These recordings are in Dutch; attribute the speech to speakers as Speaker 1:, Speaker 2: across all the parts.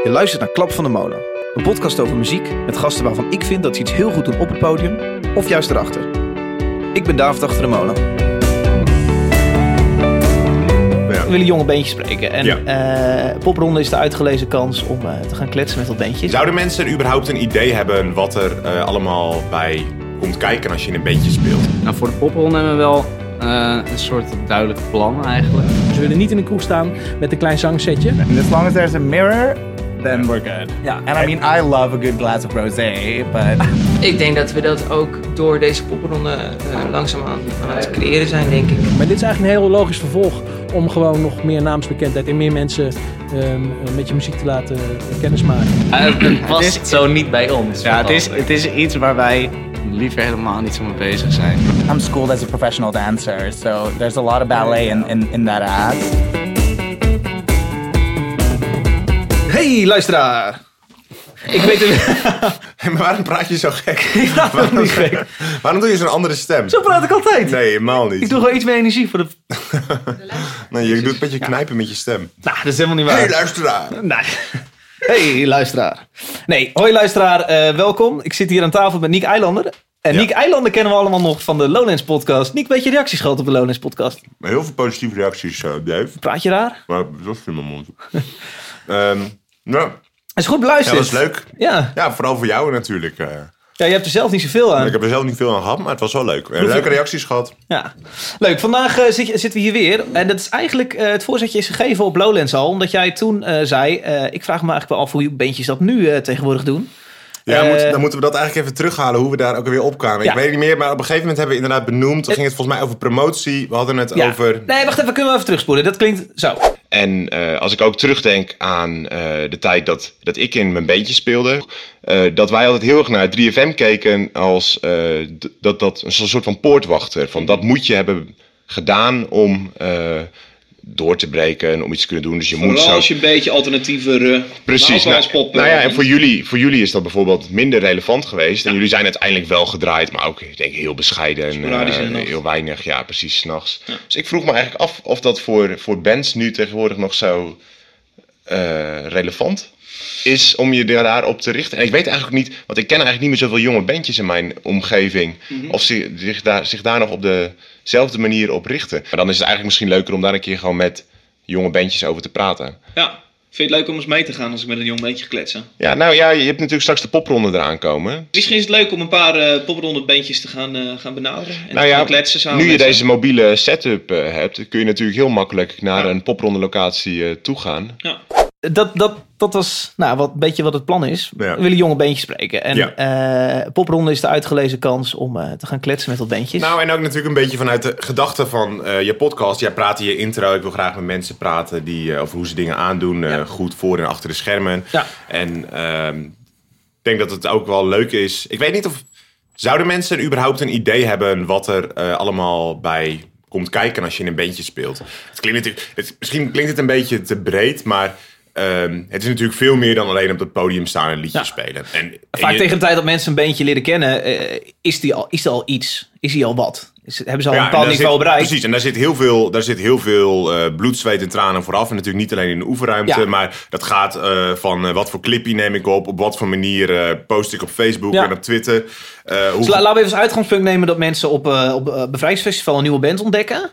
Speaker 1: Je luistert naar Klap van de Molen. Een podcast over muziek met gasten waarvan ik vind dat ze iets heel goed doen op het podium of juist erachter. Ik ben David achter de molen. We willen jonge bandjes spreken. En Popronde is de uitgelezen kans om te gaan kletsen met wat bandjes.
Speaker 2: Zouden mensen überhaupt een idee hebben wat er allemaal bij komt kijken als je in een bandje speelt?
Speaker 3: Nou, voor de Popronde hebben we wel een soort duidelijk plan eigenlijk.
Speaker 4: Dus we willen niet in de kroeg staan met een klein zangsetje.
Speaker 5: And as long as there's a mirror, then we're good.
Speaker 4: Ja.
Speaker 5: And I mean, I love a good glass of rosé, but...
Speaker 6: Ik denk dat we dat ook door deze popronde langzaamaan aan het creëren zijn, denk ik.
Speaker 4: Maar dit is eigenlijk een heel logisch vervolg om gewoon nog meer naamsbekendheid en meer mensen met je muziek te laten kennismaken.
Speaker 3: Het past zo niet bij ons.
Speaker 5: Ja,
Speaker 3: het is iets waar wij liever helemaal niet zo mee bezig zijn.
Speaker 5: I'm schooled as a professional dancer, so there's a lot of ballet in that ad.
Speaker 1: Hey luisteraar! Ik weet het.
Speaker 2: Maar waarom praat je zo gek?
Speaker 1: Ik praat helemaal niet gek.
Speaker 2: Waarom doe je zo'n andere stem?
Speaker 1: Zo praat ik altijd.
Speaker 2: Nee, helemaal niet.
Speaker 1: Ik doe gewoon iets meer energie voor de...
Speaker 2: Nee, je doet een beetje knijpen met je stem.
Speaker 1: Nou, dat is helemaal niet waar.
Speaker 2: Hey, luisteraar!
Speaker 1: Nee. Hey luisteraar. Nee, hoi luisteraar, welkom. Ik zit hier aan tafel met Niek Eilander. En
Speaker 2: Ja.
Speaker 1: Niek Eilander kennen we allemaal nog van de Lowlands podcast. Niek, beetje reacties gehad op de Lowlands podcast.
Speaker 2: Heel veel positieve reacties, Dave.
Speaker 1: Praat je raar?
Speaker 2: Maar dat is in mijn mond. Nou,
Speaker 1: Het is goed beluisterd.
Speaker 2: ja, dat is leuk.
Speaker 1: Ja.
Speaker 2: Ja, vooral voor jou natuurlijk.
Speaker 1: Ja, je hebt er zelf niet zoveel aan.
Speaker 2: Ik heb er zelf niet veel aan gehad, maar het was wel leuk. Leuke reacties gehad.
Speaker 1: Ja, leuk. Vandaag zitten we hier weer. En dat is eigenlijk, het voorzetje is gegeven op Lowlands al. Omdat jij toen zei, ik vraag me eigenlijk wel af hoe bandjes dat nu tegenwoordig doen.
Speaker 2: Ja, dan moeten we dat eigenlijk even terughalen, hoe we daar ook weer op kwamen.
Speaker 1: Ja.
Speaker 2: Ik weet het niet meer, maar op een gegeven moment hebben we inderdaad benoemd. Toen ging het volgens mij over promotie. We hadden het over...
Speaker 1: Nee, wacht even, kunnen we even terugspoelen. Dat klinkt zo.
Speaker 2: En als ik ook terugdenk aan de tijd dat ik in mijn bandje speelde, dat wij altijd heel erg naar 3FM keken als dat een soort van poortwachter. Van dat moet je hebben gedaan om door te breken en om iets te kunnen doen. Dus je moet zo...
Speaker 7: als je een beetje alternatiever
Speaker 2: Precies.
Speaker 7: pop.
Speaker 2: Nou ja, en voor jullie is dat bijvoorbeeld minder relevant geweest. En jullie zijn uiteindelijk wel gedraaid, maar ook ik denk heel bescheiden.
Speaker 7: Sporadisch en
Speaker 2: heel weinig, ja precies, 's nachts. Ja. Dus ik vroeg me eigenlijk af of dat voor bands nu tegenwoordig nog zo relevant is om je daarop te richten. En ik weet eigenlijk niet, want ik ken eigenlijk niet meer zoveel jonge bandjes in mijn omgeving. Mm-hmm. Of zich daar nog op dezelfde manier op richten. Maar dan is het eigenlijk misschien leuker om daar een keer gewoon met jonge bandjes over te praten.
Speaker 7: Ja, vind je het leuk om eens mee te gaan als ik met een jong beetje kletsen?
Speaker 2: Ja, nou ja, je hebt natuurlijk straks de popronde eraan komen.
Speaker 7: Misschien is het leuk om een paar popronde bandjes te gaan benaderen. En te gaan kletsen samen.
Speaker 2: Nu je
Speaker 7: met ze.
Speaker 2: deze mobiele setup hebt, kun je natuurlijk heel makkelijk naar een popronde locatie toe gaan.
Speaker 7: Ja.
Speaker 1: Dat was een beetje wat het plan is.
Speaker 2: Ja.
Speaker 1: We willen jonge bandjes spreken. En Popronde is de uitgelezen kans om te gaan kletsen met wat bandjes.
Speaker 2: Nou, en ook natuurlijk een beetje vanuit de gedachte van je podcast. Jij praat in je intro. Ik wil graag met mensen praten die over hoe ze dingen aandoen. Goed voor en achter de schermen.
Speaker 1: Ja.
Speaker 2: En ik denk dat het ook wel leuk is. Ik weet niet of... Zouden mensen überhaupt een idee hebben wat er allemaal bij komt kijken als je in een bandje speelt? Het klinkt natuurlijk, misschien klinkt het een beetje te breed, maar... het is natuurlijk veel meer dan alleen op het podium staan en liedjes spelen.
Speaker 1: Vaak tegen de tijd dat mensen een bandje leren kennen, is er al iets? Is die al wat? Hebben ze al een bepaald niveau bereikt?
Speaker 2: Precies, en daar zit heel veel bloed, zweet en tranen vooraf. En natuurlijk niet alleen in de oefenruimte, maar dat gaat van wat voor clipje neem ik op wat voor manier post ik op Facebook en op Twitter.
Speaker 1: Dus laten we even als uitgangspunt nemen dat mensen op Bevrijdingsfestival een nieuwe band ontdekken.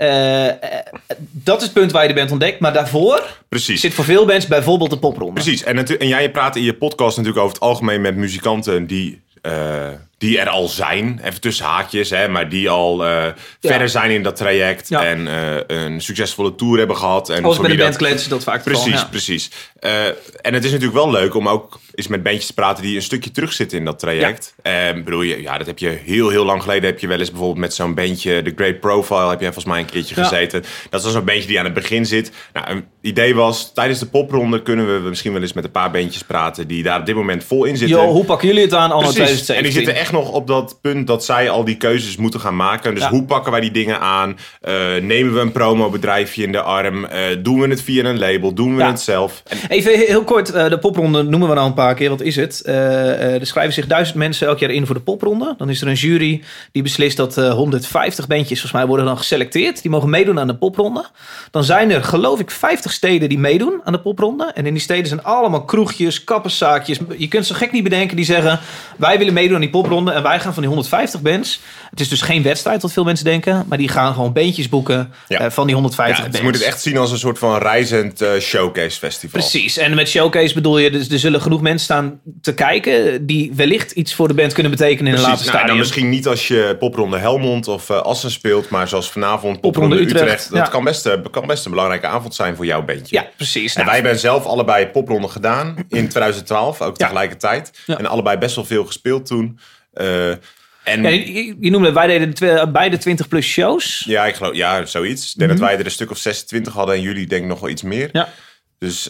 Speaker 1: Dat is het punt waar je de band ontdekt. Maar daarvoor zit voor veel bands bijvoorbeeld een popronde.
Speaker 2: Precies. En jij praat in je podcast natuurlijk over het algemeen met muzikanten die er al zijn. Even tussen haakjes, maar die al verder zijn in dat traject. Ja. En een succesvolle tour hebben gehad. En
Speaker 1: als bij de band kletsen dat vaak
Speaker 2: Precies. En het is natuurlijk wel leuk om ook eens met bandjes te praten die een stukje terug zitten in dat traject. Dat heb je heel lang geleden heb je wel eens bijvoorbeeld met zo'n bandje, The Great Profile, heb jij volgens mij een keertje gezeten. Dat is dan zo'n bandje die aan het begin zit. Nou, een idee was, tijdens de popronde kunnen we misschien wel eens met een paar bandjes praten die daar op dit moment vol in zitten.
Speaker 1: Hoe pakken jullie het aan anno 2017?
Speaker 2: En die zitten echt nog op dat punt dat zij al die keuzes moeten gaan maken. Dus hoe pakken wij die dingen aan? Nemen we een promobedrijfje in de arm? Doen we het via een label? Doen we het zelf?
Speaker 1: Even heel kort, de popronde noemen we nou een paar keer. Wat is het? Er schrijven zich 1000 mensen elk jaar in voor de popronde. Dan is er een jury die beslist dat 150 bandjes volgens mij worden dan geselecteerd. Die mogen meedoen aan de popronde. Dan zijn er, geloof ik, 50 steden die meedoen aan de popronde. En in die steden zijn allemaal kroegjes, kapperszaakjes. Je kunt zo gek niet bedenken die zeggen... wij willen meedoen aan die popronde en wij gaan van die 150 bands. Het is dus geen wedstrijd, wat veel mensen denken. Maar die gaan gewoon bandjes boeken van die 150 bands.
Speaker 2: Je moet het echt zien als een soort van reizend showcase festival.
Speaker 1: Precies, en met showcase bedoel je... dus er zullen genoeg mensen staan te kijken... die wellicht iets voor de band kunnen betekenen in een later stadium.
Speaker 2: Dan misschien niet als je popronde Helmond of Assen speelt... maar zoals vanavond popronde Utrecht. Dat kan best een belangrijke avond zijn voor jouw bandje.
Speaker 1: Ja, precies.
Speaker 2: En wij hebben zelf allebei popronde gedaan in 2012, ook tegelijkertijd. Ja. En allebei best wel veel gespeeld toen.
Speaker 1: Je noemde, wij deden beide 20 plus shows.
Speaker 2: Ja, ik geloof, zoiets. Ik denk dat wij er een stuk of 26 hadden en jullie denk ik nog wel iets meer. Ja. Dus,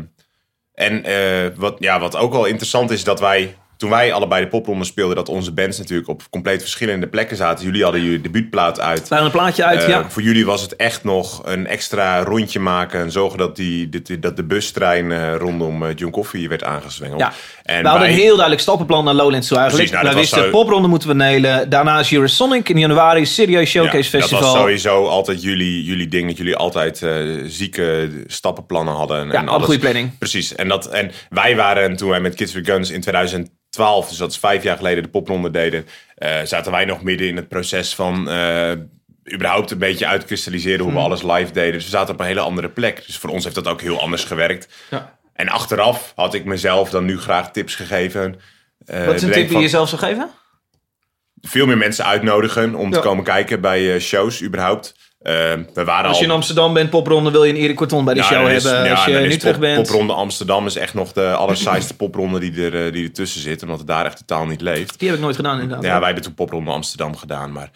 Speaker 2: wat ook wel interessant is, dat wij... Toen wij allebei de popronde speelden, dat onze bands natuurlijk op compleet verschillende plekken zaten. Jullie hadden jullie debuutplaat uit.
Speaker 1: Daar een plaatje uit,
Speaker 2: Voor jullie was het echt nog een extra rondje maken. En zorgen dat de bustrein rondom John Coffee werd aangezwengeld. Ja.
Speaker 1: En we hadden een heel duidelijk stappenplan naar Lowlands toe eigenlijk. Wij wisten, popronde moeten we nailen. Daarna is Eurosonic in januari, serieus showcase festival.
Speaker 2: Dat was sowieso altijd jullie ding. Dat jullie altijd zieke stappenplannen hadden.
Speaker 1: En een goede planning.
Speaker 2: Precies. En wij waren, toen wij met Kids with Guns in 2012, dus dat is 5 jaar geleden, de popronde deden, zaten wij nog midden in het proces van überhaupt een beetje uitkristalliseren hoe we alles live deden. Dus we zaten op een hele andere plek. Dus voor ons heeft dat ook heel anders gewerkt. Ja. En achteraf had ik mezelf dan nu graag tips gegeven.
Speaker 1: Wat is een tip die je jezelf zou geven?
Speaker 2: Veel meer mensen uitnodigen om te komen kijken bij shows überhaupt.
Speaker 1: Als je in Amsterdam bent, popronde, wil je een Erik Corton bij de show hebben. Als je in Utrecht bent.
Speaker 2: Popronde Amsterdam is echt nog de allersaaiste popronde die ertussen zit. Omdat het daar echt totaal niet leeft.
Speaker 1: Die heb ik nooit gedaan inderdaad.
Speaker 2: Ja, wij hebben toen popronde Amsterdam gedaan. Maar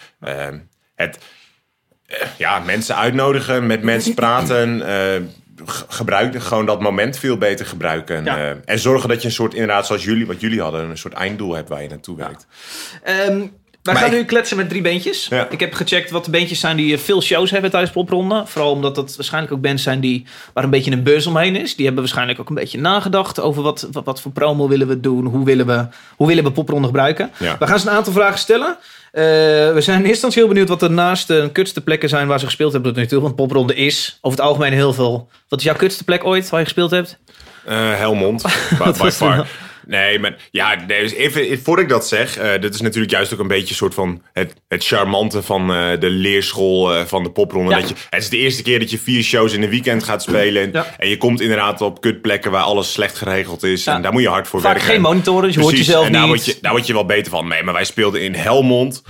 Speaker 2: mensen uitnodigen, met mensen praten. Gebruik gewoon dat moment veel beter gebruiken. Ja. En zorgen dat je een soort, inderdaad zoals wat jullie hadden, een soort einddoel hebt waar je naartoe werkt.
Speaker 1: Wij gaan nu kletsen met 3 bandjes. Ja. Ik heb gecheckt wat de bandjes zijn die veel shows hebben tijdens popronde. Vooral omdat dat waarschijnlijk ook bands zijn waar een beetje een buzz omheen is. Die hebben waarschijnlijk ook een beetje nagedacht over wat voor promo willen we doen. Hoe willen we popronde gebruiken. Ja. We gaan ze een aantal vragen stellen. We zijn in eerste instantie heel benieuwd wat de naaste kutste plekken zijn waar ze gespeeld hebben. Want popronde is over het algemeen heel veel. Wat is jouw kutste plek ooit waar je gespeeld hebt?
Speaker 2: Helmond, by far. Nee, maar dus even voordat ik dat zeg, dit is natuurlijk juist ook een beetje een soort van het charmante van de leerschool van de popronde. Ja. Het is de eerste keer dat je 4 shows in een weekend gaat spelen. En je komt inderdaad op kutplekken waar alles slecht geregeld is. Ja. En daar moet je hard voor werken.
Speaker 1: Geen monitoren, dus je hoort jezelf niet.
Speaker 2: Daar word je wel beter van. Nee, maar wij speelden in Helmond.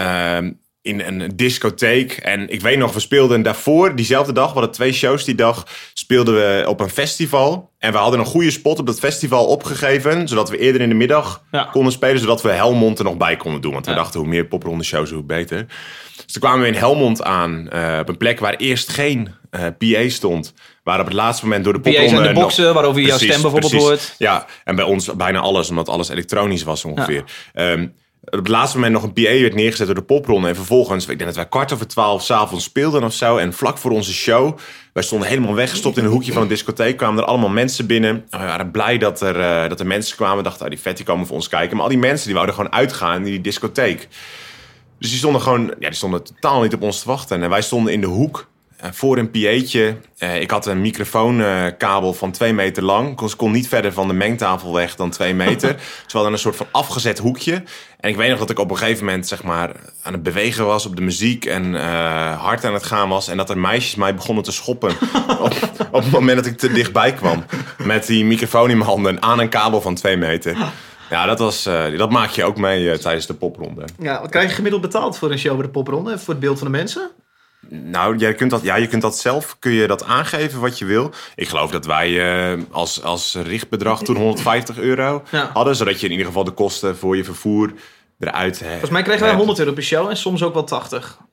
Speaker 2: In een discotheek. En ik weet nog, we speelden daarvoor, diezelfde dag, we hadden 2 shows die dag, speelden we op een festival. En we hadden een goede spot op dat festival opgegeven, zodat we eerder in de middag konden spelen, zodat we Helmond er nog bij konden doen. Want we dachten, hoe meer popronde shows, hoe beter. Dus toen kwamen we in Helmond aan, op een plek waar eerst geen PA stond. Waar op het laatste moment door de popronde...
Speaker 1: PA's en de boxen, waarover jouw stem bijvoorbeeld hoort.
Speaker 2: Ja, en bij ons bijna alles, omdat alles elektronisch was ongeveer. Ja. Op het laatste moment nog een PA werd neergezet door de popronde. En vervolgens, ik denk dat wij 11:15 s'avonds speelden of zo. En vlak voor onze show, wij stonden helemaal weggestopt in een hoekje van een discotheek. Kwamen er allemaal mensen binnen. En we waren blij dat er mensen kwamen. We dachten, die vet, die komen voor ons kijken. Maar al die mensen, die wouden gewoon uitgaan in die discotheek. Dus die stonden totaal niet op ons te wachten. En wij stonden in de hoek. Voor een PA'tje. Ik had een microfoonkabel van 2 meter lang. Ik kon niet verder van de mengtafel weg dan 2 meter. Dus we hadden een soort van afgezet hoekje. En ik weet nog dat ik op een gegeven moment zeg maar aan het bewegen was op de muziek. En hard aan het gaan was. En dat er meisjes mij begonnen te schoppen. op het moment dat ik te dichtbij kwam. Met die microfoon in mijn handen aan een kabel van 2 meter. Ja, dat maak je ook mee tijdens de popronde.
Speaker 1: Ja, wat krijg je gemiddeld betaald voor een show bij de popronde? Voor het beeld van de mensen?
Speaker 2: Nou, je kunt dat zelf aangeven wat je wil. Ik geloof dat wij als richtbedrag toen €150 hadden. Zodat je in ieder geval de kosten voor je vervoer eruit hebt.
Speaker 1: Volgens mij kregen wij €100 per show en soms ook wel 80.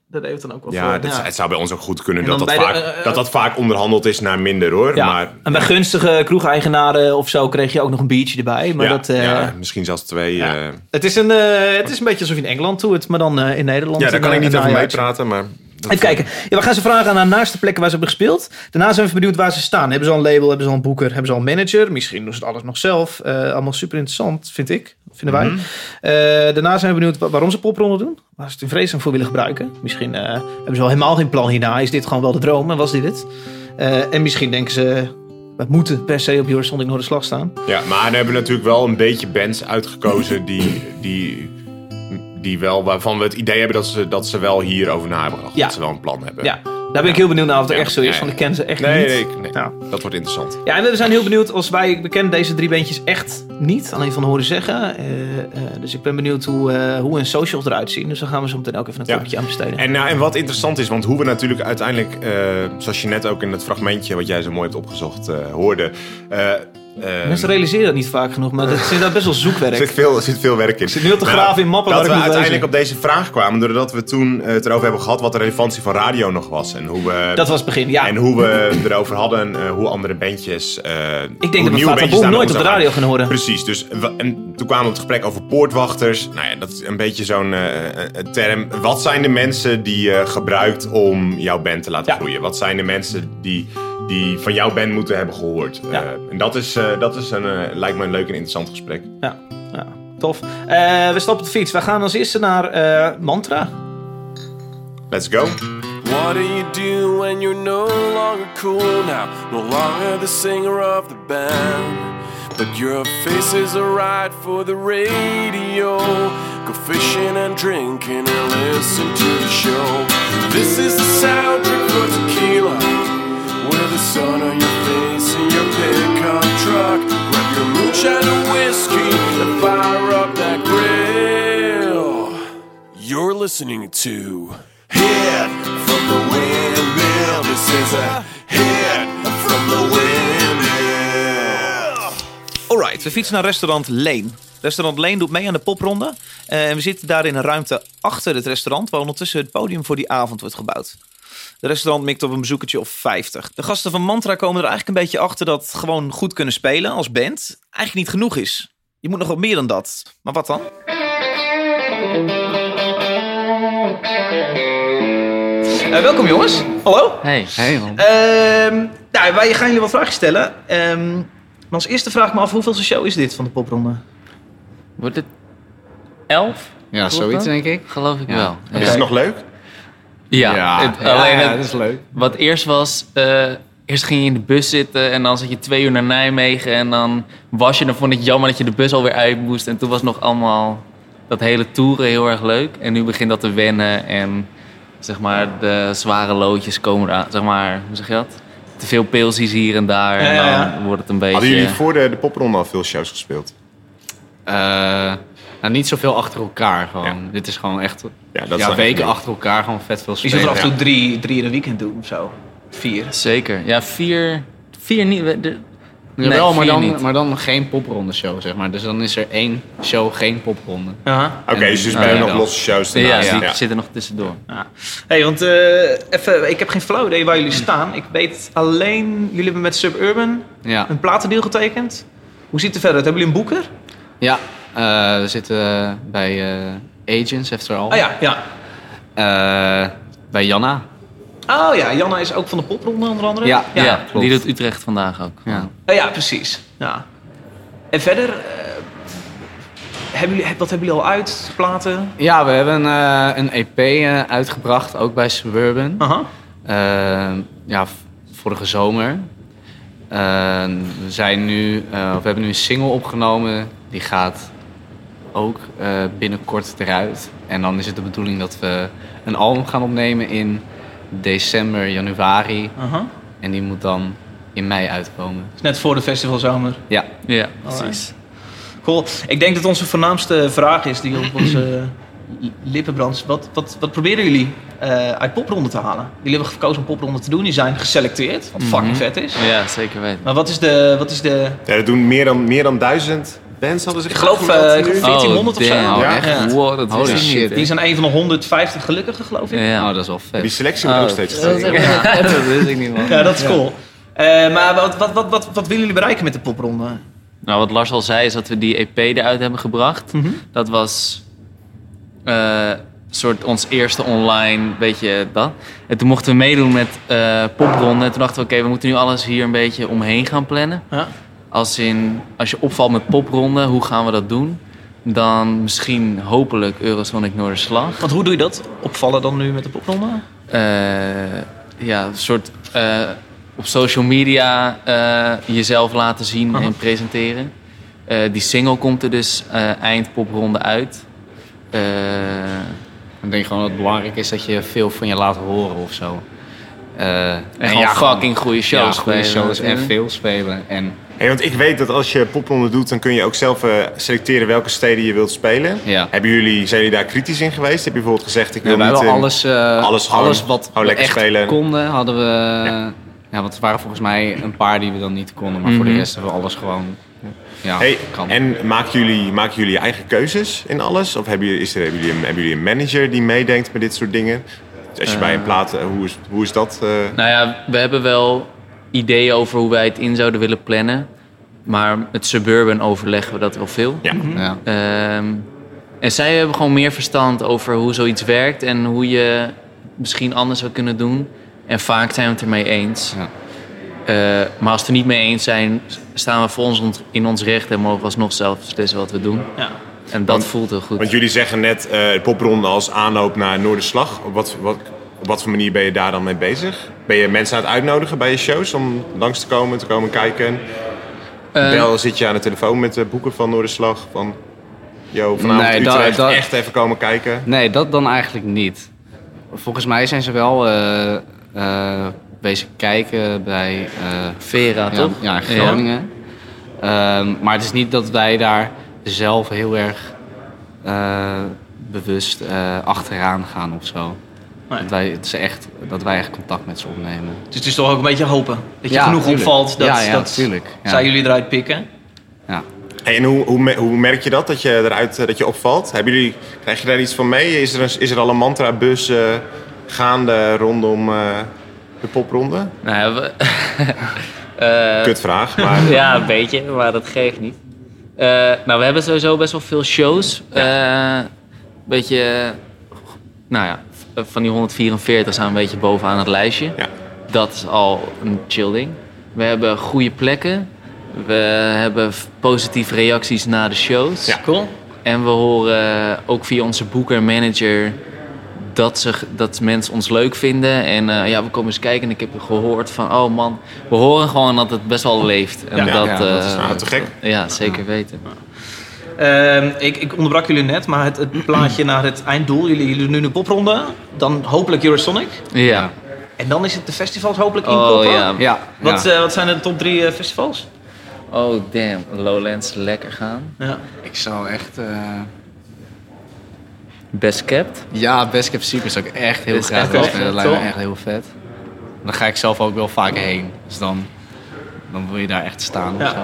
Speaker 1: Daar deed het dan ook wel
Speaker 2: Ja,
Speaker 1: voor.
Speaker 2: het zou bij ons ook goed kunnen
Speaker 1: En dan
Speaker 2: dat vaak onderhandeld is naar minder, hoor.
Speaker 1: Ja.
Speaker 2: Maar,
Speaker 1: en bij gunstige kroegeigenaren of zo kreeg je ook nog een biertje erbij. Maar
Speaker 2: misschien zelfs 2.
Speaker 1: Het is een beetje alsof je in Engeland doet, maar dan in Nederland.
Speaker 2: Ja, daar kan ik niet over meepraten, maar...
Speaker 1: Even kijken. Ja, we gaan ze vragen aan de naaste plekken waar ze hebben gespeeld. Daarna zijn we benieuwd waar ze staan. Hebben ze al een label, hebben ze al een boeker, hebben ze al een manager? Misschien doen ze het alles nog zelf. Allemaal super interessant, vinden wij. Daarna zijn we benieuwd waarom ze popronde doen. Waar ze het in vredesnaam voor willen gebruiken. Misschien hebben ze wel helemaal geen plan hierna. Is dit gewoon wel de droom en was dit het? En misschien denken ze... We moeten per se op Your Sonic Noorderslag staan.
Speaker 2: Ja, maar we hebben natuurlijk wel een beetje bands uitgekozen die wel, waarvan we het idee hebben dat ze wel hierover na hebben gedacht.
Speaker 1: Ja.
Speaker 2: Dat ze wel een plan hebben.
Speaker 1: Ja, daar ben ik heel benieuwd naar of het echt zo is. Want ik ken ze echt niet.
Speaker 2: Nee.
Speaker 1: Ja.
Speaker 2: Dat wordt interessant.
Speaker 1: Ja, en we zijn heel benieuwd als we kennen deze 3 bandjes echt niet. Alleen van horen zeggen. Dus ik ben benieuwd hoe hun socials eruit zien. Dus daar gaan we zo meteen ook even een topje aan besteden.
Speaker 2: En wat interessant is, want hoe we natuurlijk uiteindelijk, zoals je net ook in het fragmentje wat jij zo mooi hebt opgezocht hoorde...
Speaker 1: Mensen realiseren dat niet vaak genoeg, maar er zit daar best wel zoekwerk.
Speaker 2: Er zit veel werk in.
Speaker 1: Ik zit nu te graven in mappen.
Speaker 2: Dat we uiteindelijk op deze vraag kwamen, doordat we toen het erover hebben gehad wat de relevantie van radio nog was. En hoe we,
Speaker 1: dat was het begin, ja.
Speaker 2: En hoe we erover hadden, hoe andere bandjes...
Speaker 1: ik denk dat we Fata Boom nooit op de radio gaan horen.
Speaker 2: Precies, dus en toen kwamen we op het gesprek over poortwachters. Nou ja, dat is een beetje zo'n term. Wat zijn de mensen die je gebruikt om jouw band te laten groeien? Wat zijn de mensen die van jouw band moeten hebben gehoord? En dat is lijkt me een leuk en interessant gesprek.
Speaker 1: Ja, tof. We stappen op de fiets. We gaan als eerste naar Mantra.
Speaker 2: Let's go.
Speaker 8: What do you do when you're no longer cool now? No longer the singer of the band. But your face is alright for the radio. Go fishing and drinking and listen to the show. This is the soundtrack for tequila. With the sun on your face in your pickup truck. Grab your moonshine and whiskey and fire up that grill. You're listening to Hit from the Windmill. This is a hit from the Windmill.
Speaker 1: Alright, we fietsen naar restaurant Leen. Restaurant Leen doet mee aan de popronde. En we zitten daar in een ruimte achter het restaurant, waar ondertussen het podium voor die avond wordt gebouwd. De restaurant mikt op een bezoekertje of 50. De gasten van Mantra komen er eigenlijk een beetje achter dat gewoon goed kunnen spelen als band eigenlijk niet genoeg is. Je moet nog wat meer dan dat. Maar wat dan? Welkom jongens. Hallo.
Speaker 3: Hey man.
Speaker 1: Wij gaan jullie wat vragen stellen. Maar als eerste vraag ik me af, hoeveelste show is dit van de popronde?
Speaker 3: Wordt het 11?
Speaker 9: Ja, zoiets denk ik.
Speaker 3: Geloof ik wel.
Speaker 2: Ja. Is het nog leuk?
Speaker 3: Ja.
Speaker 9: Dat is leuk.
Speaker 3: Wat eerst was... Eerst ging je in de bus zitten en dan zat je 2 uur naar Nijmegen. En dan vond ik jammer dat je de bus alweer uit moest. En toen was nog allemaal dat hele toeren heel erg leuk. En nu begint dat te wennen en zeg maar de zware loodjes komen eraan. Zeg maar, hoe zeg je dat? Te veel pilsies hier en daar. En dan wordt het een beetje...
Speaker 2: Hadden jullie voor de popronde al veel shows gespeeld?
Speaker 9: Niet zoveel achter elkaar gewoon. Ja. Dit is gewoon echt weken achter elkaar gewoon vet veel spelen.
Speaker 1: Je zult er af en toe 3 in een weekend doen of zo. 4.
Speaker 3: Zeker. Ja, 4 niet.
Speaker 9: Jawel, maar dan geen popronde show, zeg maar. Dus dan is er 1 show, geen popronde.
Speaker 2: Oké, dus ben je nog losse shows
Speaker 3: daarnaast. Ja, die zitten nog tussendoor.
Speaker 1: Ja. Hey, want even, ik heb geen flauw idee waar jullie staan. Ik weet alleen, jullie hebben met Suburban een platendeal getekend. Hoe ziet het verder uit? Hebben jullie een boeker?
Speaker 9: Ja, we zitten bij Agents, After All. Bij Janna.
Speaker 1: Oh ja, Janna is ook van de popronde onder andere.
Speaker 3: Ja, die doet Utrecht vandaag ook.
Speaker 1: Ja, precies. Ja. En verder, wat hebben jullie al uit, platen?
Speaker 9: Ja, we hebben een EP uitgebracht, ook bij Suburban. Vorige zomer. We hebben nu een single opgenomen, die gaat ook binnenkort eruit. En dan is het de bedoeling dat we een album gaan opnemen in december, januari. En die moet dan in mei uitkomen.
Speaker 1: Dus net voor de festivalzomer.
Speaker 9: Ja,
Speaker 1: precies. Cool. Ik denk dat onze voornaamste vraag is die op onze lippen brandt. Wat proberen jullie uit popronde te halen? Jullie hebben gekozen om popronde te doen. Die zijn geselecteerd, wat fucking vet is.
Speaker 3: Ja, zeker weten.
Speaker 1: Maar wat is de...
Speaker 2: Ja, er doen meer dan 1000 bands hadden zich
Speaker 1: Ik geloof 1400 of zo.
Speaker 3: Ja, echt?
Speaker 1: Ja.
Speaker 3: Wow, dat
Speaker 9: Holy
Speaker 3: is
Speaker 9: shit.
Speaker 1: Die zijn een van de 150 gelukkigen, geloof ik.
Speaker 3: Ja.
Speaker 9: Oh, dat is wel vet.
Speaker 2: Die selectie wordt ook steeds
Speaker 3: dat
Speaker 2: groter.
Speaker 3: wist ik niet, man.
Speaker 1: Ja, dat is cool. Maar wat willen jullie bereiken met de popronde?
Speaker 3: Nou, wat Lars al zei, is dat we die EP eruit hebben gebracht. Dat was soort ons eerste online, weet je dat. En toen mochten we meedoen met popronde. En toen dachten we, oké, we moeten nu alles hier een beetje omheen gaan plannen.
Speaker 1: Ja.
Speaker 3: Als je opvalt met popronde, hoe gaan we dat doen? Dan misschien hopelijk Eurosonic Noorderslag.
Speaker 1: Want hoe doe je dat? Opvallen dan nu met de popronde?
Speaker 3: Ja, een soort op social media jezelf laten zien en presenteren. Die single komt er dus eind popronde uit.
Speaker 9: Ik denk gewoon dat het belangrijk is dat je veel van je laat horen of zo.
Speaker 3: En gewoon fucking goede shows
Speaker 9: goede
Speaker 3: spelen.
Speaker 9: shows en veel spelen. En
Speaker 2: Hey, want ik weet dat als je popronde doet, dan kun je ook zelf selecteren welke steden je wilt spelen.
Speaker 9: Ja.
Speaker 2: Zijn jullie daar kritisch in geweest? Heb je bijvoorbeeld gezegd, ik wil
Speaker 9: we
Speaker 2: niet...
Speaker 9: hebben
Speaker 2: alles
Speaker 9: wat
Speaker 2: gewoon
Speaker 9: we
Speaker 2: lekker
Speaker 9: echt
Speaker 2: spelen.
Speaker 9: konden, hadden we... Ja, want er waren volgens mij een paar die we dan niet konden. Maar voor de rest hebben we alles gewoon... Ja,
Speaker 2: Hey,
Speaker 9: kan.
Speaker 2: en maken jullie je eigen keuzes in alles? Of hebben jullie een manager die meedenkt met dit soort dingen? Dus als je bij een plaat, hoe is dat?
Speaker 3: Nou ja, we hebben wel ideeën over hoe wij het in zouden willen plannen. Maar met Suburban overleggen we dat wel veel.
Speaker 2: Ja.
Speaker 9: Ja.
Speaker 3: En zij hebben gewoon meer verstand over hoe zoiets werkt en hoe je misschien anders zou kunnen doen. En vaak zijn we het ermee eens.
Speaker 9: Ja.
Speaker 3: Maar als we het er niet mee eens zijn, staan we voor in ons recht en mogen we alsnog zelf beslissen wat we doen.
Speaker 1: Ja.
Speaker 3: En dat voelt heel goed.
Speaker 2: Want jullie zeggen net popronde als aanloop naar Noorderslag. Op wat voor manier ben je daar dan mee bezig? Ben je mensen aan het uitnodigen bij je shows om langs te komen kijken? Zit je aan de telefoon met de boeken van Noorderslag? Van, vanavond Utrecht echt even komen kijken?
Speaker 9: Nee, dat dan eigenlijk niet. Volgens mij zijn ze wel bezig kijken bij...
Speaker 3: Vera, toch?
Speaker 9: Ja, in Groningen. Maar het is niet dat wij daar zelf heel erg bewust achteraan gaan of zo.
Speaker 1: Nee.
Speaker 9: Het is echt dat wij echt contact met ze opnemen.
Speaker 1: Dus het is toch ook een beetje hopen? Dat je
Speaker 9: Ja,
Speaker 1: genoeg
Speaker 9: tuurlijk.
Speaker 1: opvalt,
Speaker 9: tuurlijk. Ja.
Speaker 2: Nou,
Speaker 1: zij jullie eruit pikken?
Speaker 9: Ja.
Speaker 2: Hey, en hoe merk je dat dat je opvalt? Krijg je daar iets van mee? Is er al een mantra-bus gaande rondom de popronde?
Speaker 3: Nou ja,
Speaker 2: Kutvraag, maar...
Speaker 3: Ja, een beetje, maar dat geeft niet. Nou, we hebben sowieso best wel veel shows. Beetje, nou ja, van die 144 zijn we een beetje bovenaan het lijstje.
Speaker 2: Ja.
Speaker 3: Dat is al een chill ding. We hebben goede plekken. We hebben positieve reacties na de shows.
Speaker 1: Ja, cool.
Speaker 3: En we horen ook via onze boeker en manager dat mensen ons leuk vinden. En we komen eens kijken en ik heb gehoord van... Oh man, we horen gewoon dat het best wel leeft. En
Speaker 2: dat is te gek.
Speaker 3: Ja, zeker weten.
Speaker 1: Ik onderbrak jullie net, maar het plaatje naar het einddoel. Jullie doen nu een popronde. Dan hopelijk Eurosonic.
Speaker 3: Ja.
Speaker 1: En dan is het de festivals hopelijk inkopen.
Speaker 3: Ja.
Speaker 1: Wat zijn de top 3 festivals?
Speaker 3: Oh damn, Lowlands lekker gaan.
Speaker 1: Ja.
Speaker 9: Ik zou echt...
Speaker 3: Best Kept.
Speaker 9: Ja, Best Kept Secret zou ik echt heel
Speaker 3: Is
Speaker 9: graag
Speaker 3: echt
Speaker 9: willen
Speaker 3: wel
Speaker 9: spelen. Dat
Speaker 3: vet,
Speaker 9: lijkt me
Speaker 3: toch?
Speaker 9: echt heel vet. Dan ga ik zelf ook wel vaker heen. Dus dan wil je daar echt staan of zo.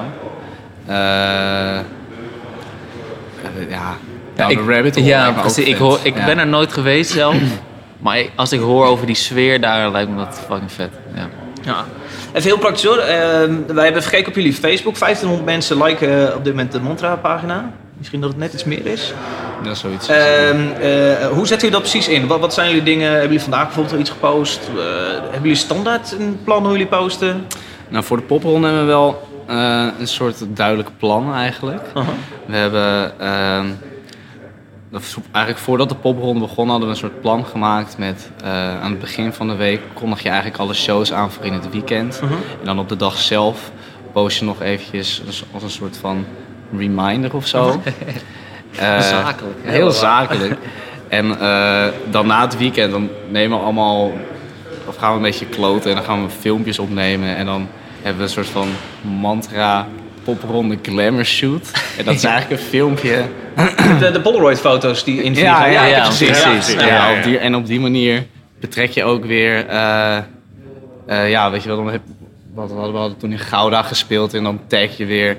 Speaker 9: Down the Rabbit Hole.
Speaker 3: Ja,
Speaker 9: lijkt me ook
Speaker 3: precies.
Speaker 9: vet.
Speaker 3: Ik ben er nooit geweest zelf. Maar als ik hoor over die sfeer daar, lijkt me dat fucking vet. Ja.
Speaker 1: Ja. Even heel praktisch hoor. Wij hebben gekeken op jullie Facebook. 1500 mensen liken op dit moment de Mantra-pagina. Misschien dat het net iets meer is.
Speaker 9: Dat is zoiets.
Speaker 1: Hoe zetten jullie dat precies in? Wat zijn jullie dingen? Hebben jullie vandaag bijvoorbeeld iets gepost? Hebben jullie standaard een plan hoe jullie posten?
Speaker 9: Nou, voor de popronde hebben we wel een soort duidelijk plan eigenlijk. We hebben... eigenlijk voordat de popronde begon hadden we een soort plan gemaakt met... aan het begin van de week kondig je eigenlijk alle shows aan voor in het weekend. En dan op de dag zelf post je nog eventjes als een soort van reminder of zo.
Speaker 3: Zakelijk.
Speaker 9: Heel zakelijk. En dan na het weekend dan nemen we allemaal... Of gaan we een beetje kloten en dan gaan we filmpjes opnemen. En dan hebben we een soort van mantra popronde glamour shoot. En dat is eigenlijk een filmpje...
Speaker 1: De Polaroid-foto's die invliegen.
Speaker 3: Ja,
Speaker 9: precies.
Speaker 1: Ja.
Speaker 9: En op die manier betrek je ook weer... weet je wel, we hadden toen in Gouda gespeeld en dan tag je weer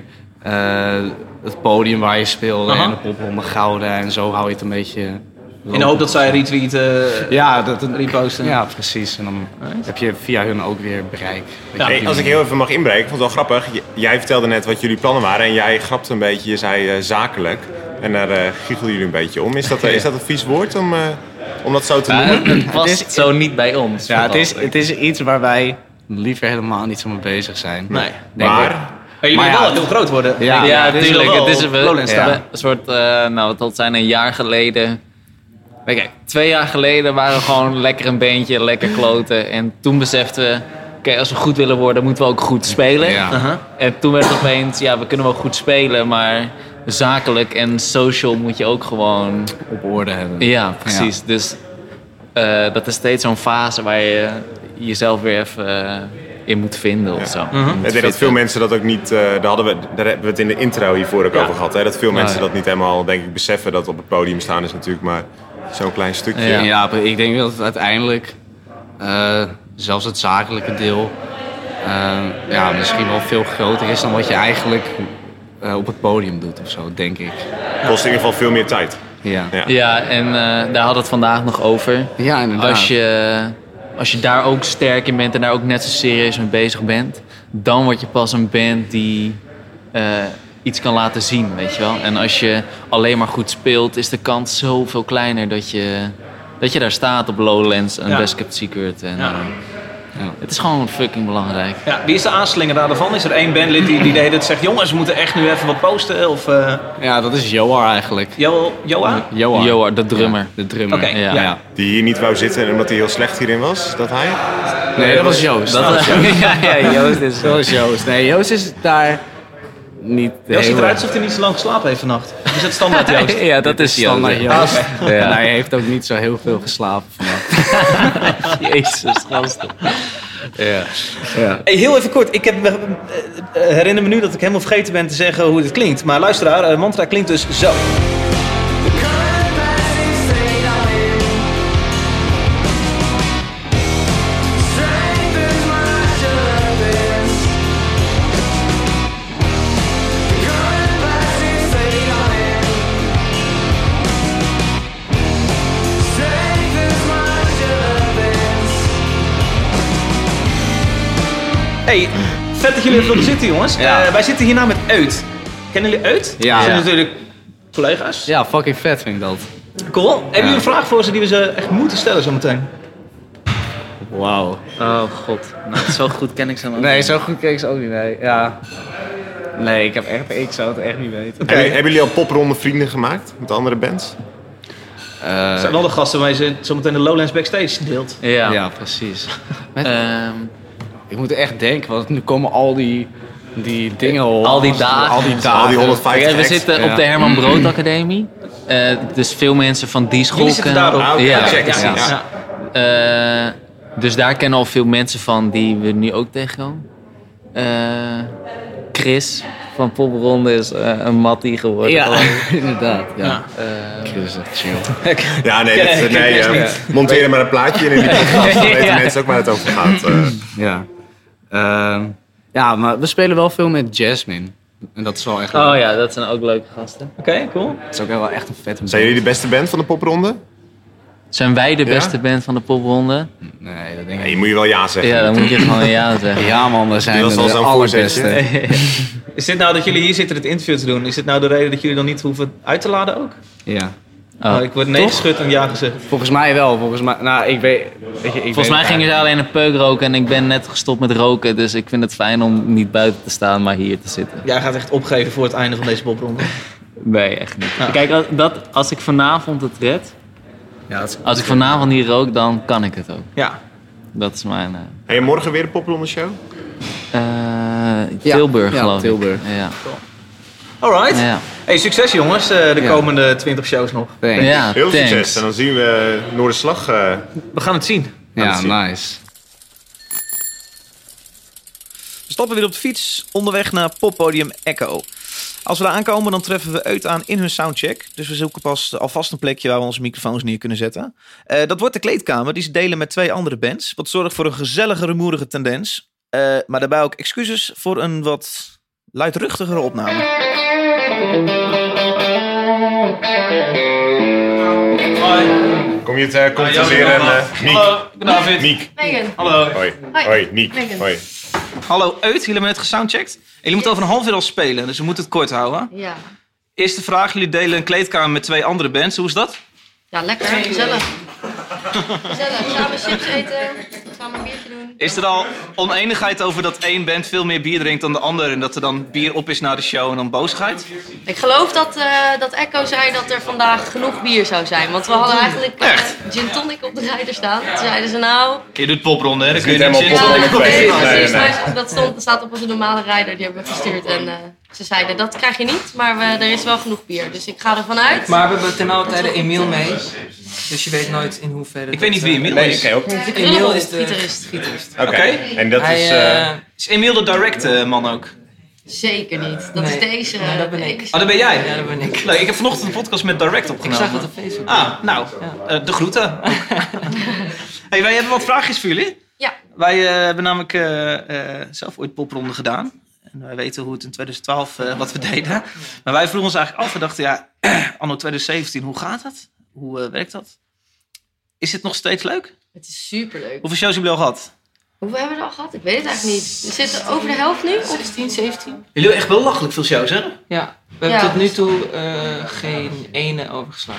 Speaker 9: het podium waar je speelde en de popronde gouden. En zo hou je het een beetje...
Speaker 1: In de hoop dat zij retweeten, reposten.
Speaker 9: Ja, precies. En dan heb je via hun ook weer bereik.
Speaker 2: Hey, als ik heel even mag inbreken, ik vond het wel grappig. Jij vertelde net wat jullie plannen waren en jij grapte een beetje, je zei zakelijk. En daar giechelden jullie een beetje om. Is dat een vies woord om dat zo te noemen?
Speaker 3: Het was zo niet bij ons.
Speaker 9: Ja, het is iets waar wij liever helemaal niet zo mee bezig zijn.
Speaker 1: Nee.
Speaker 2: Maar
Speaker 1: jullie willen wel heel groot worden.
Speaker 3: Ja, natuurlijk. Het is
Speaker 1: een
Speaker 3: soort, dat zijn een jaar geleden. Kijk, 2 jaar geleden waren we gewoon lekker een beentje, lekker kloten. En toen beseften we, oké, als we goed willen worden, moeten we ook goed spelen.
Speaker 9: Ja.
Speaker 3: En toen werd het opeens, we kunnen wel goed spelen, maar zakelijk en social moet je ook gewoon
Speaker 9: op orde hebben.
Speaker 3: Ja, precies. Ja. Dus dat is steeds zo'n fase waar je jezelf weer even in moet vinden of zo.
Speaker 2: Ik denk dat veel mensen dat ook niet... Daar hebben we het in de intro hiervoor ook over gehad. Hè? Dat veel mensen dat niet helemaal, denk ik, beseffen. Dat op het podium staan is natuurlijk maar zo'n klein stukje.
Speaker 9: Ja, ik denk dat het uiteindelijk... zelfs het zakelijke deel... misschien wel veel groter is dan wat je eigenlijk op het podium doet of zo, denk ik.
Speaker 2: Het kost in ieder geval veel meer tijd.
Speaker 3: Ja, en daar hadden we het vandaag nog over.
Speaker 9: Ja, inderdaad.
Speaker 3: Als je daar ook sterk in bent en daar ook net zo serieus mee bezig bent, dan word je pas een band die iets kan laten zien, weet je wel. En als je alleen maar goed speelt, is de kans zoveel kleiner dat je daar staat op Lowlands en Best Kept Secret. En, het is gewoon fucking belangrijk.
Speaker 1: Ja, wie is de aanslingeraar daarvan? Is er één bandlid die de hele tijd zegt, jongens, we moeten echt nu even wat posten? Of,
Speaker 9: Ja, dat is Joar eigenlijk.
Speaker 1: Joar?
Speaker 3: Joar, de drummer.
Speaker 9: Ja, de drummer.
Speaker 1: Okay,
Speaker 3: ja.
Speaker 2: Die hier niet wou zitten omdat hij heel slecht hierin was? Is dat hij?
Speaker 9: Nee, dat was Joost.
Speaker 3: Joost is...
Speaker 9: Dat was Joost. Nee, Joost is daar niet...
Speaker 1: Joost ziet eruit alsof hij niet zo lang geslapen heeft vannacht. Is het standaard Joost?
Speaker 3: Ja, dat is
Speaker 9: standaard Joost.
Speaker 3: Ja.
Speaker 9: En hij heeft ook niet zo heel veel geslapen vannacht.
Speaker 3: Jezus, gasten. Ja.
Speaker 1: Hey, heel even kort. Ik herinner me nu dat ik helemaal vergeten ben te zeggen hoe dit klinkt. Maar luisteraar, Mantra klinkt dus zo. Hey, vet dat jullie even willen zitten, jongens. Wij zitten hierna met Eut. Kennen jullie Eut?
Speaker 9: Ja.
Speaker 1: Dat zijn natuurlijk collega's.
Speaker 9: Ja, fucking vet vind ik dat.
Speaker 1: Cool. Hebben jullie een vraag voor ze die we ze echt moeten stellen zometeen?
Speaker 9: Wauw.
Speaker 3: Oh god. Nou, zo goed ken ik ze nog niet.
Speaker 9: Nee, zo goed ken ik ze ook niet. Nee, nee ik zou het echt niet weten.
Speaker 2: Okay. Hebben jullie al popronde vrienden gemaakt met andere bands?
Speaker 1: Dat zijn wel de gasten waar je zometeen de Lowlands backstage deelt.
Speaker 9: Ja, precies. Ik moet echt denken, want nu komen al die dingen al.
Speaker 3: Al die dagen.
Speaker 2: Al die 150
Speaker 3: we zitten op de Herman Brood Academie. Dus veel mensen van die school
Speaker 1: jullie zitten daarop?
Speaker 3: Dus daar kennen al veel mensen van die we nu ook tegenkomen. Chris van Popronde is een mattie geworden.
Speaker 9: Ja, inderdaad. Ja. Chris is echt chill.
Speaker 2: Ja, nee, monteer maar een plaatje in die podcast. Dan weten mensen ook waar het over gaat.
Speaker 9: Ja, maar we spelen wel veel met Jasmine. En dat is wel echt...
Speaker 3: Oh ja, dat zijn ook leuke gasten.
Speaker 1: Oké, cool.
Speaker 9: Dat is ook wel echt een vette band.
Speaker 2: Zijn jullie de beste band van de popronde?
Speaker 3: Zijn wij de beste band van de popronde?
Speaker 2: Nee, dat denk ik niet. Moet je wel ja zeggen.
Speaker 3: Ja, dan moet je gewoon ja zeggen.
Speaker 9: Ja man, we zijn de allerbeste.
Speaker 1: Is dit nou dat jullie hier zitten het interview te doen? Is dit nou de reden dat jullie dan niet hoeven uit te laden ook?
Speaker 9: Ja.
Speaker 1: Ik word nee geschud en ja gezegd.
Speaker 9: Volgens mij wel. Volgens
Speaker 3: mij gingen ze alleen een peuk roken en ik ben net gestopt met roken. Dus ik vind het fijn om niet buiten te staan, maar hier te zitten.
Speaker 1: Jij gaat echt opgeven voor het einde van deze popronde?
Speaker 3: Nee, echt niet. Ja. Kijk, als ik vanavond het red...
Speaker 9: Ja,
Speaker 3: als ik vanavond niet rook, dan kan ik het ook.
Speaker 1: Ja.
Speaker 3: Dat is mijn...
Speaker 2: En morgen weer een popronde show?
Speaker 3: Tilburg, geloof ik.
Speaker 9: Tilburg.
Speaker 3: Ja.
Speaker 1: Alright.
Speaker 3: Ja.
Speaker 1: Hey, succes jongens, de komende 20 shows nog.
Speaker 3: Ja,
Speaker 2: heel succes. En dan zien we Noorderslag.
Speaker 1: We gaan het zien.
Speaker 9: Nice.
Speaker 1: We stappen weer op de fiets, onderweg naar poppodium Echo. Als we daar aankomen, dan treffen we Eut aan in hun soundcheck. Dus we zoeken alvast een plekje waar we onze microfoons neer kunnen zetten. Dat wordt de kleedkamer die ze delen met 2 andere bands. Wat zorgt voor een gezellige, rumoerige tendens. Maar daarbij ook excuses voor een wat luidruchtigere opname.
Speaker 2: Kom je het controleren? Miek.
Speaker 1: Hallo, ik ben David.
Speaker 2: Miek.
Speaker 6: Megan.
Speaker 1: Hallo.
Speaker 2: Hoi.
Speaker 6: Hoi.
Speaker 2: Hoi, Miek.
Speaker 6: Megan.
Speaker 2: Hoi.
Speaker 1: Hallo, Eut. Jullie hebben net gesoundcheckt. En jullie moeten over een half uur al spelen, dus we moeten het kort houden.
Speaker 6: Ja.
Speaker 1: Eerste vraag. Jullie delen een kleedkamer met 2 andere bands. Hoe is dat?
Speaker 6: Ja, lekker. Gezellig. Gezellig. Samen chips eten. Samen een biertje doen.
Speaker 1: Is er al oneenigheid over dat één band veel meer bier drinkt dan de ander en dat er dan bier op is na de show en dan boosheid?
Speaker 6: Ik geloof dat Echo zei dat er vandaag genoeg bier zou zijn. Want we hadden eigenlijk gin tonic op de rijder staan. Toen zeiden ze nou...
Speaker 1: Je doet popronde, hè? Dan kun je
Speaker 2: niet
Speaker 1: niet
Speaker 2: helemaal
Speaker 1: zin
Speaker 2: popronde.
Speaker 6: precies.
Speaker 2: Nee.
Speaker 6: Dat staat op onze normale rijder. Die hebben we gestuurd. En ze zeiden dat krijg je niet. Maar er is wel genoeg bier. Dus ik ga ervan uit.
Speaker 10: Maar we hebben ten alle tijde Emiel mee. Dus je weet nooit in hoeverre...
Speaker 1: Ik weet niet wie Emiel
Speaker 2: Nee,
Speaker 1: is.
Speaker 2: ik ook.
Speaker 10: Emiel is de
Speaker 6: gitarist.
Speaker 2: Oké. En dat
Speaker 10: Hij,
Speaker 2: is...
Speaker 1: Is Emiel de direct man ook?
Speaker 6: Zeker niet. Dat
Speaker 10: Nee.
Speaker 6: is deze.
Speaker 10: Nee, dat ben ik.
Speaker 1: Oh, dat ben jij?
Speaker 10: Ja, dat ben ik.
Speaker 1: Leuk, ik heb vanochtend een podcast met Direct
Speaker 10: Ik
Speaker 1: opgenomen.
Speaker 10: zag het op Facebook.
Speaker 1: Ah, nou, de groeten. Hey, wij hebben wat vraagjes voor jullie.
Speaker 6: Ja.
Speaker 1: Wij hebben namelijk zelf ooit popronde gedaan. En wij weten hoe het in 2012 wat we deden. Maar wij vroegen ons eigenlijk af. We dachten, ja, anno 2017, hoe gaat het? Hoe werkt dat? Is het nog steeds leuk?
Speaker 6: Het is superleuk.
Speaker 1: Hoeveel shows hebben jullie al gehad?
Speaker 6: Hoeveel hebben we er al gehad? Ik weet het eigenlijk niet. We zitten over de helft nu? 16, 17?
Speaker 1: Jullie hebben echt belachelijk veel shows, hè?
Speaker 10: Ja, we hebben tot nu toe geen ene overgeslagen.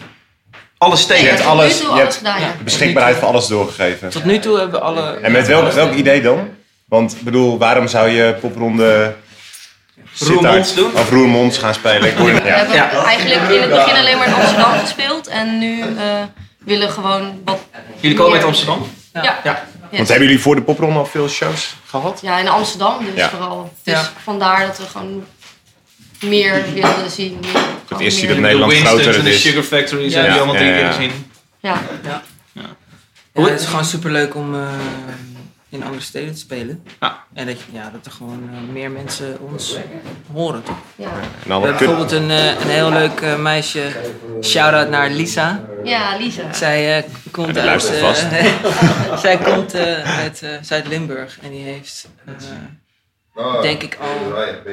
Speaker 1: Alle steden.
Speaker 2: Je hebt
Speaker 6: tot nu
Speaker 2: alles,
Speaker 6: toe
Speaker 2: je
Speaker 6: alles
Speaker 2: hebt
Speaker 6: gedaan, ja.
Speaker 2: de beschikbaarheid voor alles doorgegeven.
Speaker 10: Tot nu toe hebben we alle...
Speaker 2: En met welk idee dan? Want ik bedoel, waarom zou je popronde...
Speaker 1: Roermonds doen?
Speaker 2: Of Roermonds gaan spelen? Ik hoorde,
Speaker 6: We hebben eigenlijk in het begin alleen maar in Amsterdam gespeeld. En nu willen gewoon wat
Speaker 1: Jullie komen
Speaker 6: meer-
Speaker 1: uit Amsterdam?
Speaker 6: Ja. Yes.
Speaker 2: Want hebben jullie voor de popronde al veel shows gehad?
Speaker 6: Ja, in Amsterdam dus
Speaker 2: Ja.
Speaker 6: vooral. Dus
Speaker 10: Ja.
Speaker 6: vandaar dat we gewoon meer wilden zien.
Speaker 2: Het eerst zie
Speaker 6: meer...
Speaker 2: dat Nederland
Speaker 1: de Winstons
Speaker 2: groter
Speaker 1: en de
Speaker 2: is.
Speaker 1: Sugar Factories
Speaker 10: Ja.
Speaker 1: hebben die
Speaker 2: Ja,
Speaker 1: allemaal 3
Speaker 2: ja,
Speaker 1: keer
Speaker 2: ja.
Speaker 1: gezien.
Speaker 6: Ja.
Speaker 10: Ja, het is gewoon superleuk om in andere steden te spelen.
Speaker 1: Ja.
Speaker 10: En dat er gewoon meer mensen ons horen, toch?
Speaker 6: Ja.
Speaker 2: En
Speaker 10: We
Speaker 2: dan
Speaker 10: hebben bijvoorbeeld een heel leuk meisje. Shout-out naar Lisa.
Speaker 6: Ja, Lisa.
Speaker 10: Zij komt
Speaker 2: die
Speaker 10: uit...
Speaker 2: luistert vast.
Speaker 10: zij komt uit Zuid-Limburg. En die heeft... denk ik al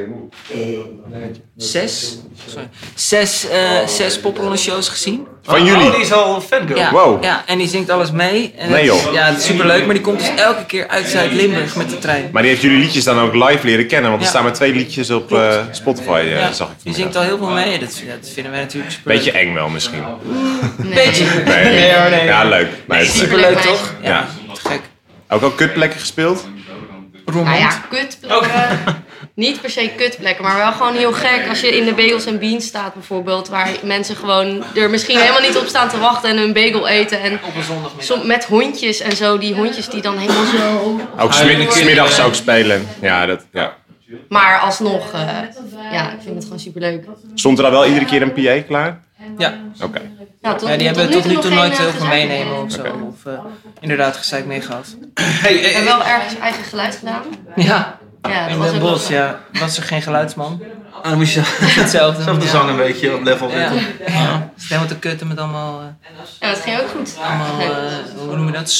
Speaker 10: 6 popronde shows gezien.
Speaker 2: Van jullie?
Speaker 1: Oh, die is al fangirl.
Speaker 10: Ja,
Speaker 2: Wow.
Speaker 10: ja, en die zingt alles mee. En
Speaker 2: Nee, joh.
Speaker 10: Ja, het is superleuk, maar die komt dus elke keer uit Zuid-Limburg met de trein.
Speaker 2: Maar die heeft jullie liedjes dan ook live leren kennen? Want er
Speaker 10: Ja.
Speaker 2: staan maar 2 liedjes op Spotify,
Speaker 10: Ja,
Speaker 2: zag ik.
Speaker 10: die zingt al heel veel mee. Dat vinden wij natuurlijk super
Speaker 2: Beetje eng wel misschien.
Speaker 10: Beetje.
Speaker 2: Nee. Ja, leuk. Nee,
Speaker 10: Superleuk
Speaker 6: meisje.
Speaker 10: toch?
Speaker 2: Ja.
Speaker 10: Te gek.
Speaker 2: ook al kutplekken gespeeld?
Speaker 6: Nou ja, kutplekken. Niet per se kutplekken, maar wel gewoon heel gek. Als je in de Bagels and Beans staat bijvoorbeeld, waar mensen gewoon er misschien helemaal niet op staan te wachten en hun bagel eten. En
Speaker 10: Op een zondagmiddag.
Speaker 6: met hondjes en zo, die hondjes die dan helemaal zo...
Speaker 2: Ook smiddags ook spelen. Ja, ja.
Speaker 6: Maar alsnog, ja, ik vind het gewoon superleuk.
Speaker 2: Stond er al wel iedere keer een PA klaar?
Speaker 10: Ja.
Speaker 2: Oké.
Speaker 6: Ja,
Speaker 10: Ja, die hebben tot nu toe
Speaker 6: nog
Speaker 10: nooit
Speaker 6: geen,
Speaker 10: heel veel
Speaker 6: gezeik
Speaker 10: meenemen of zo. Of inderdaad gezeik mee gehad.
Speaker 1: Hey,
Speaker 6: We hebben wel ergens eigen geluid gedaan.
Speaker 10: Ja,
Speaker 6: Ja, dat
Speaker 10: in
Speaker 6: was
Speaker 10: Den
Speaker 6: ook wel
Speaker 10: Bosch,
Speaker 6: zo.
Speaker 10: ja. Was er geen geluidsman.
Speaker 1: dan moest je
Speaker 10: Hetzelfde.
Speaker 1: zelf de zang een beetje op level
Speaker 10: Ja.
Speaker 1: zitten.
Speaker 10: Ja. Is helemaal te kutten met allemaal,
Speaker 6: Ja, dat ging ook goed.
Speaker 10: hoe noem je dat?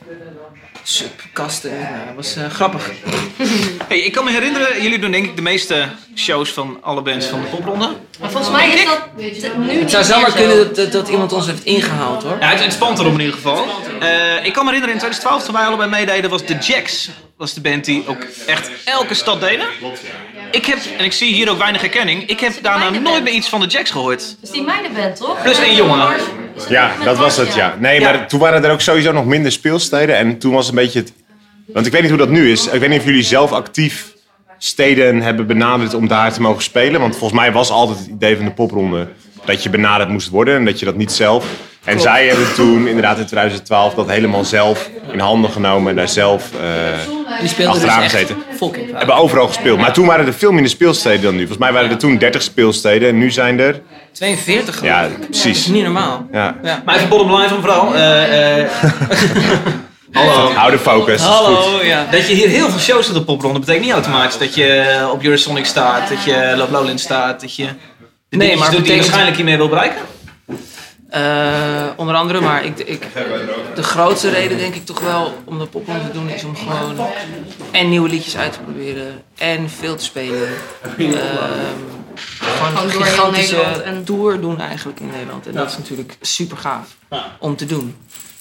Speaker 10: Subkasten. Ja, dat was grappig.
Speaker 1: Hey, ik kan me herinneren, jullie doen denk ik de meeste shows van alle bands van de popronde.
Speaker 6: Maar volgens mij is dat nu
Speaker 10: Het zou zomaar kunnen dat iemand ons heeft ingehaald, hoor.
Speaker 1: Ja, het spant erom in ieder geval. Ik kan me herinneren, in 2012 toen wij allebei meededen, was The Jacks. Was de band die ook echt elke stad deden. Ik heb, en ik zie hier ook weinig herkenning, ik heb daarna nooit meer iets van The Jacks gehoord.
Speaker 6: Dat is die meidenband, toch?
Speaker 1: Plus 1 jongen.
Speaker 2: Ja, dat was het, ja. Nee, maar toen waren er ook sowieso nog minder speelsteden. En toen was een beetje het... Want ik weet niet hoe dat nu is. Ik weet niet of jullie zelf actief steden hebben benaderd om daar te mogen spelen. Want volgens mij was altijd het idee van de popronde dat je benaderd moest worden. En dat je dat niet zelf... En zij hebben toen, inderdaad in 2012, dat helemaal zelf in handen genomen. En daar zelf
Speaker 10: Die speelde dus
Speaker 2: achteraan
Speaker 10: echt
Speaker 2: gezeten.
Speaker 10: fucking vaak.
Speaker 2: Hebben overal gespeeld. Maar toen waren er veel minder speelsteden dan nu. Volgens mij waren er toen 30 speelsteden. En nu zijn er...
Speaker 10: 42 geloof
Speaker 2: Ja,
Speaker 10: ik. Dat
Speaker 2: precies.
Speaker 10: is niet normaal.
Speaker 2: Ja.
Speaker 1: Maar even bottom line van mevrouw. Hallo.
Speaker 2: Hou de focus.
Speaker 10: Hallo, ja.
Speaker 1: Dat je hier heel veel shows op de popronde betekent niet automatisch dat je op Eurosonic staat, dat je op Lowland staat, dat je de
Speaker 10: Nee,
Speaker 1: dingetjes
Speaker 10: maar
Speaker 1: doet die je
Speaker 10: betekent-
Speaker 1: waarschijnlijk hiermee wil bereiken.
Speaker 10: Onder andere, maar de grootste reden denk ik toch wel om de popronde te doen is om gewoon en nieuwe liedjes uit te proberen en veel te spelen. Gewoon een gigantische tour doen eigenlijk in Nederland. En dat is natuurlijk super gaaf om te doen.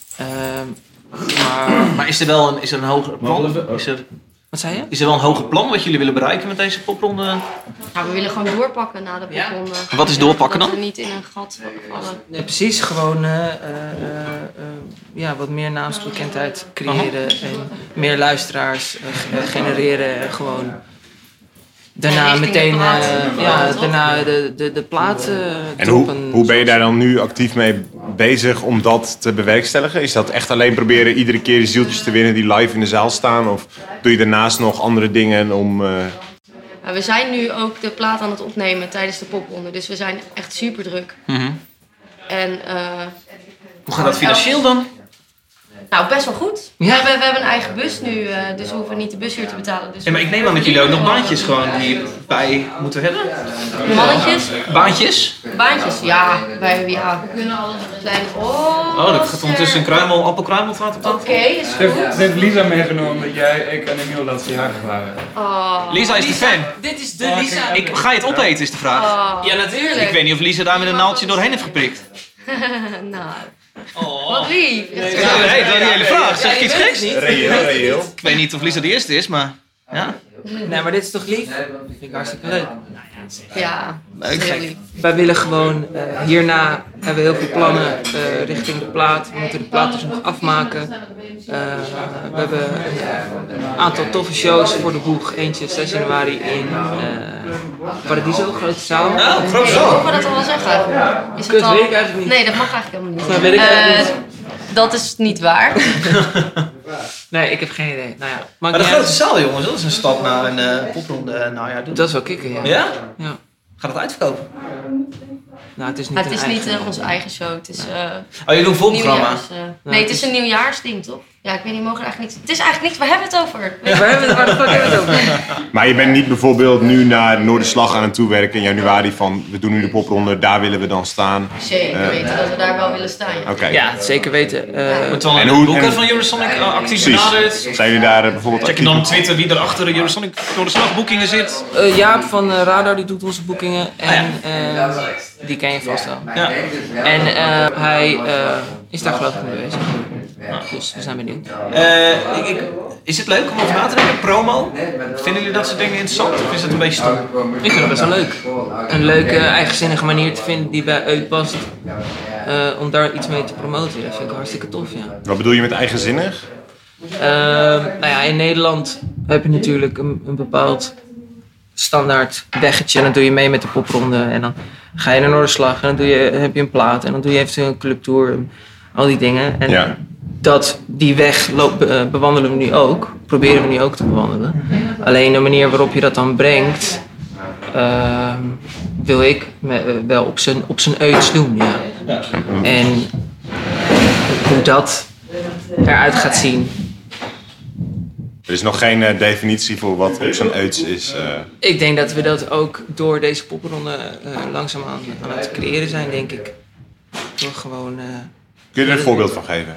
Speaker 1: Maar is er wel een hoger plan?
Speaker 10: Wat zei je?
Speaker 1: Is er wel een hoger plan wat jullie willen bereiken met deze popronde?
Speaker 6: Nou, we willen gewoon doorpakken na de popronde.
Speaker 1: Wat is doorpakken dan?
Speaker 6: Dat we niet in een gat vallen.
Speaker 10: Nee, precies, gewoon wat meer naamsbekendheid creëren en meer luisteraars genereren en gewoon daarna meteen de plaat
Speaker 2: En
Speaker 10: droppen.
Speaker 2: hoe ben je daar dan nu actief mee bezig om dat te bewerkstelligen? Is dat echt alleen proberen iedere keer de zieltjes te winnen die live in de zaal staan? Of doe je daarnaast nog andere dingen om...
Speaker 6: We zijn nu ook de plaat aan het opnemen tijdens de popronde. Dus we zijn echt super druk.
Speaker 1: Mm-hmm.
Speaker 6: En,
Speaker 1: hoe gaat dat financieel dan?
Speaker 6: Nou, best wel goed.
Speaker 10: Ja.
Speaker 6: We hebben een eigen bus nu, dus we hoeven niet de bushuur te betalen. Dus
Speaker 1: maar ik neem aan dat jullie ook nog baantjes gewoon hierbij moeten hebben?
Speaker 6: Mannetjes?
Speaker 1: Baantjes?
Speaker 6: Baantjes, ja. We kunnen alles klein.
Speaker 1: Oh, dat gaat ondertussen een appelkruimelvaart op tafel.
Speaker 6: Oké, is goed.
Speaker 11: Ze heeft Lisa meegenomen dat jij, ik en Emiel dat verjaardag waren.
Speaker 1: Lisa is de fan.
Speaker 10: Dit is de Lisa.
Speaker 1: Ga je het opeten, is de vraag.
Speaker 6: Ja,
Speaker 10: natuurlijk.
Speaker 1: Ik weet niet of Lisa daar met een naaldje doorheen heeft geprikt.
Speaker 6: Nou, wat lief.
Speaker 1: Nee, dat is die hele vraag. Zeg ik iets geks?
Speaker 2: Reëel.
Speaker 1: Ik weet niet of Lisa de eerste is, maar... Ja.
Speaker 10: Nee, maar dit is toch lief? Dat vind ik hartstikke leuk.
Speaker 6: Ja, dat is heel lief.
Speaker 10: Wij willen gewoon, hierna hebben we heel veel plannen richting de plaat. We moeten de plaat dus nog afmaken. We hebben een aantal toffe shows voor de boeg. Eentje 6 januari in Paradiso, grote zaal.
Speaker 1: Oh, grote zaal.
Speaker 6: Mogen we dat al wel zeggen? Is
Speaker 10: Kut,
Speaker 6: het al...
Speaker 10: weet ik eigenlijk niet.
Speaker 6: Nee, dat mag eigenlijk helemaal niet.
Speaker 10: Dat weet ik eigenlijk niet.
Speaker 6: Dat is niet waar.
Speaker 10: Nee, ik heb geen idee. Nou ja,
Speaker 1: Maar de grote zaal, jongens, dat is een stap naar een popronde. Nou ja,
Speaker 10: dat is wel kicken, ja.
Speaker 1: Ja?
Speaker 10: Ja.
Speaker 1: Gaat het uitverkopen?
Speaker 10: Nou, het is niet,
Speaker 6: het is niet onze eigen show. Het is,
Speaker 1: je doet een volprogramma?
Speaker 6: Nee, het is een nieuwjaarsding, toch? Ja, ik weet niet, mogen eigenlijk niet... Het is eigenlijk niet, waar hebben we het over?
Speaker 10: Waar de fuck hebben we het over?
Speaker 2: Maar je bent niet bijvoorbeeld nu naar Noorderslag aan het toewerken in januari van... we doen nu de popronde, daar willen we dan staan.
Speaker 6: Zeker weten dat we daar wel willen staan. Ja,
Speaker 2: Okay.
Speaker 10: Ja, zeker weten.
Speaker 1: Wordt wel een boeker van Eurosonic actief benaderd?
Speaker 2: Zijn jullie daar bijvoorbeeld
Speaker 1: Check je dan op Twitter wie er achter de Eurosonic Noorderslag boekingen zit?
Speaker 10: Jaap van Radar die doet onze boekingen. En die ken je vast wel. Ja. En hij is daar geloof ik mee bezig. Dus we zijn benieuwd.
Speaker 1: Is het leuk om over na te denken? Promo? Vinden jullie dat soort dingen interessant of is het een beetje stom?
Speaker 10: Ik vind het best wel leuk. Een leuke, eigenzinnige manier te vinden die bij Eut past. Om daar iets mee te promoten. Dat vind ik hartstikke tof, ja.
Speaker 2: Wat bedoel je met eigenzinnig?
Speaker 10: In Nederland heb je natuurlijk een bepaald standaard weggetje. En dan doe je mee met de popronde. En dan ga je naar Noorderslag. En dan heb je een plaat. En dan doe je eventueel een clubtour. En al die dingen. En die weg bewandelen we nu ook. Proberen we nu ook te bewandelen. Alleen de manier waarop je dat dan brengt... wil ik wel op zijn euts doen, ja. En hoe dat eruit gaat zien...
Speaker 2: Er is nog geen definitie voor wat op zijn euts is.
Speaker 10: Ik denk dat we dat ook door deze popronde langzaam aan het creëren zijn, denk ik. Door gewoon...
Speaker 2: Kun je er een voorbeeld van geven?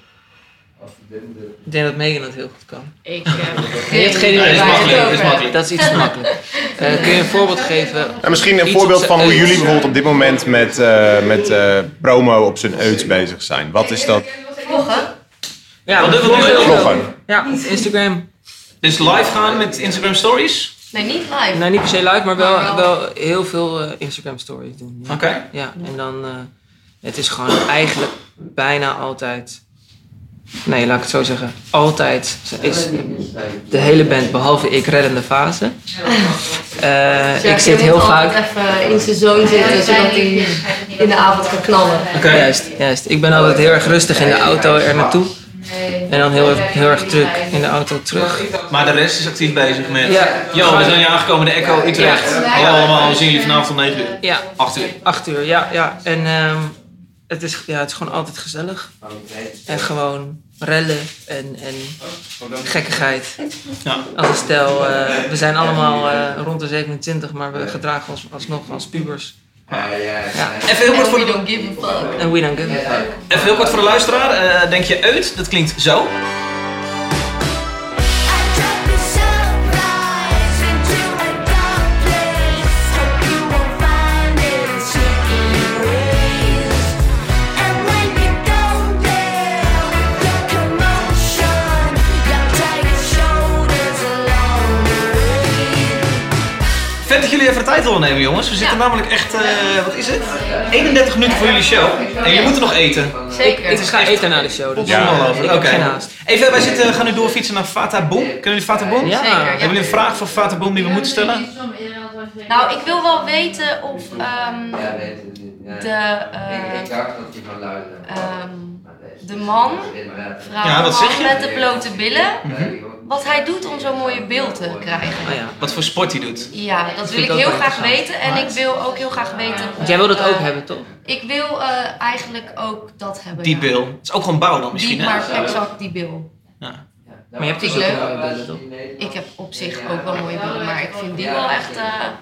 Speaker 10: Ik denk dat Megan dat heel goed kan.
Speaker 6: Ik
Speaker 10: je hebt geen idee.
Speaker 1: Dat is makkelijk.
Speaker 10: Dat is iets te makkelijk. Kun je een voorbeeld geven?
Speaker 2: Misschien een voorbeeld van hoe jullie bijvoorbeeld op dit moment met promo op zijn euts bezig zijn. Wat is dat?
Speaker 6: Vloggen?
Speaker 10: Ja,
Speaker 1: wat doen we
Speaker 2: vloggen?
Speaker 10: Ja, Instagram.
Speaker 1: Dus live gaan met Instagram stories?
Speaker 6: Nee, niet live.
Speaker 10: Nee, niet per se live, maar wel heel veel Instagram stories doen. Ja.
Speaker 1: Oké.
Speaker 10: Ja, en dan... het is gewoon eigenlijk bijna altijd... Nee, laat ik het zo zeggen. Altijd is de hele band, behalve ik, reddende fase. Ik zit heel vaak...
Speaker 6: even in zijn zoon zitten, zodat hij in de avond kan knallen.
Speaker 10: Okay. Juist. Ik ben altijd heel erg rustig in de auto er naartoe. En dan heel erg druk in de auto terug.
Speaker 1: Maar de rest is actief bezig met...
Speaker 10: Ja.
Speaker 1: Yo, we zijn hier aangekomen in de Echo Utrecht. Hallo allemaal, we zien jullie vanavond om 9 uur.
Speaker 10: Ja.
Speaker 1: 8 uur.
Speaker 10: 8 uur, ja. En het is gewoon altijd gezellig. En gewoon rellen en gekkigheid.
Speaker 1: Ja.
Speaker 10: Als een stel, we zijn allemaal rond de 27, maar we gedragen ons alsnog als pubers.
Speaker 1: Even heel kort voor
Speaker 6: We don't give a fuck.
Speaker 10: And we don't give a fuck.
Speaker 1: Even heel kort voor de luisteraar. Denk je uit? Dat klinkt zo. Vet dat jullie even de tijd willen nemen, jongens. We zitten namelijk echt, wat is het? 31 minuten voor jullie show. En jullie moeten nog eten.
Speaker 6: Zeker.
Speaker 10: Ik ga eten na de show. Dus
Speaker 1: Oké.
Speaker 10: Geen haast.
Speaker 1: Even, wij gaan nu doorfietsen naar Fata Boom. Kennen jullie Fata Boom?
Speaker 10: Ja.
Speaker 6: Zeker, ja.
Speaker 1: Hebben jullie een vraag voor Fata Boom die we moeten stellen?
Speaker 6: Nou, ik wil wel weten of de man, vrouw,
Speaker 1: wat zeg je?
Speaker 6: met de blote billen, wat hij doet om zo'n mooie beeld te krijgen.
Speaker 1: Wat voor sport hij doet?
Speaker 6: Ja, dat wil ik heel graag weten. En ik wil ook heel graag weten...
Speaker 10: Want jij wil dat ook hebben, toch?
Speaker 6: Ik wil eigenlijk ook dat hebben,
Speaker 1: Die bil. Het is ook gewoon bouw dan misschien,
Speaker 6: die,
Speaker 1: hè?
Speaker 6: maar exact die bil.
Speaker 1: Ja.
Speaker 10: Maar je hebt dus
Speaker 6: Is leuk.
Speaker 10: ook mooie billen, toch?
Speaker 6: Ik heb op zich ook wel mooie billen, maar ik vind die wel echt...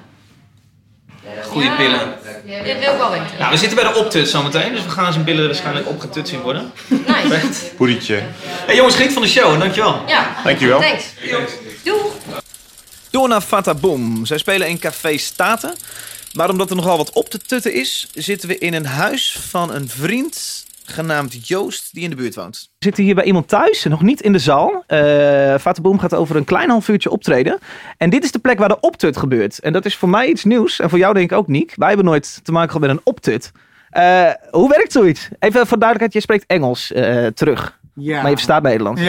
Speaker 1: Goeie billen.
Speaker 6: Dit wil ik wel weten.
Speaker 1: Nou, we zitten bij de optut zometeen, dus we gaan zijn billen waarschijnlijk opgetut zien worden.
Speaker 6: Nice.
Speaker 2: Poedietje.
Speaker 1: Hey jongens, geniet van de show, dankjewel.
Speaker 6: Ja.
Speaker 2: Dankjewel.
Speaker 6: Thanks. Doei.
Speaker 1: Door naar Fata Boom. Zij spelen in Café Staten. Maar omdat er nogal wat op te tutten is, zitten we in een huis van een vriend genaamd Joost die in de buurt woont. We zitten hier bij iemand thuis, nog niet in de zaal. Fata Boom gaat over een klein half uurtje optreden. En dit is de plek waar de optut gebeurt. En dat is voor mij iets nieuws. En voor jou denk ik ook, Niek. Wij hebben nooit te maken gehad met een optut. Hoe werkt zoiets? Even voor duidelijkheid, je spreekt Engels terug.
Speaker 5: Yeah.
Speaker 1: Maar je verstaat Nederlands.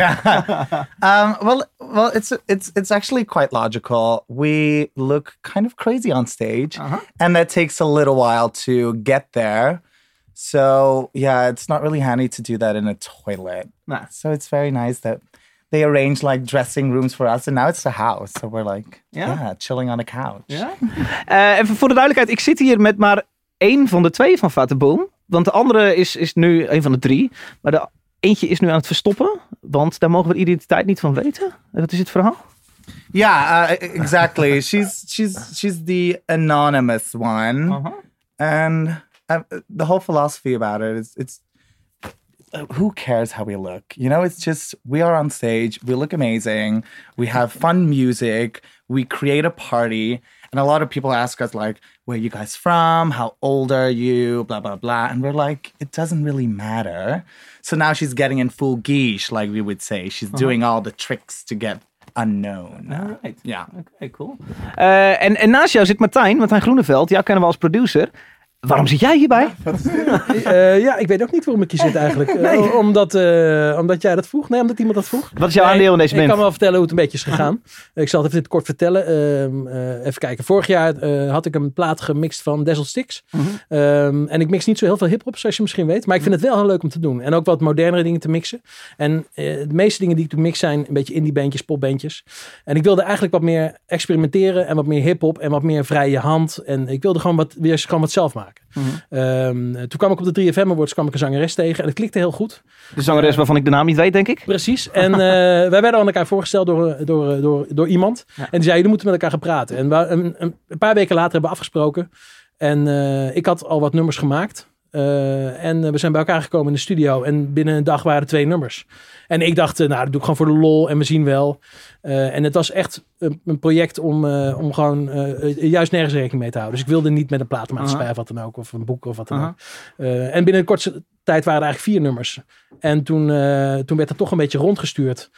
Speaker 5: Yeah. Well, it's actually quite logical. We look kind of crazy on stage, and that takes a little while to get there. So yeah, it's not really handy to do that in a toilet.
Speaker 1: Nah.
Speaker 5: So it's very nice that they arrange like dressing rooms for us, and now it's the house. So we're like, chilling on a couch.
Speaker 1: Yeah. Even voor de duidelijkheid, ik zit hier met maar 1 van de 2 van Fata Boom. Want de andere is nu 1 van de 3. Maar de eentje is nu aan het verstoppen, want daar mogen we de identiteit niet van weten. Wat is het verhaal?
Speaker 5: Yeah, exactly. she's the anonymous one, and the whole philosophy about it is it's who cares how we look? You know, it's just we are on stage, we look amazing, we have fun music, we create a party. And a lot of people ask us, like, where are you guys from? How old are you? Blah, blah, blah. And we're like, it doesn't really matter. So now she's getting in full geesh, like we would say. She's doing all the tricks to get unknown.
Speaker 1: All right.
Speaker 5: Ja.
Speaker 1: Oké, cool. En naast jou zit Martijn Groeneveld. Jou kennen we als producer. Waarom zit jij hierbij?
Speaker 4: Ja, ik weet ook niet waarom ik hier zit eigenlijk. Omdat jij dat vroeg? Nee, omdat iemand dat vroeg.
Speaker 1: Wat is jouw aandeel in deze band?
Speaker 4: Ik kan wel vertellen hoe het een beetje is gegaan. Ik zal het even kort vertellen. Even kijken. Vorig jaar had ik een plaat gemixt van Dazzle Sticks. En ik mix niet zo heel veel hiphop, zoals je misschien weet. Maar ik vind het wel heel leuk om te doen. En ook wat modernere dingen te mixen. En de meeste dingen die ik mix zijn een beetje indie bandjes, popbandjes. En ik wilde eigenlijk wat meer experimenteren en wat meer hiphop en wat meer vrije hand. En ik wilde gewoon wat zelf maken. Toen kwam ik op de 3FM Awards een zangeres tegen en het klikte heel goed.
Speaker 1: De zangeres waarvan ik de naam niet weet, denk ik.
Speaker 4: Precies. En wij werden aan elkaar voorgesteld door iemand. Ja. En die zei, jullie moeten met elkaar gaan praten. En een paar weken later hebben we afgesproken. En ik had al wat nummers gemaakt. En we zijn bij elkaar gekomen in de studio. En binnen een dag waren er 2 nummers. En ik dacht, dat doe ik gewoon voor de lol en we zien wel. En het was echt een project om gewoon juist nergens rekening mee te houden. Dus ik wilde niet met een platenmaatschappij of wat dan ook. Of een boek of wat dan ook. En binnen een korte tijd waren er eigenlijk 4 nummers. En toen werd er toch een beetje rondgestuurd.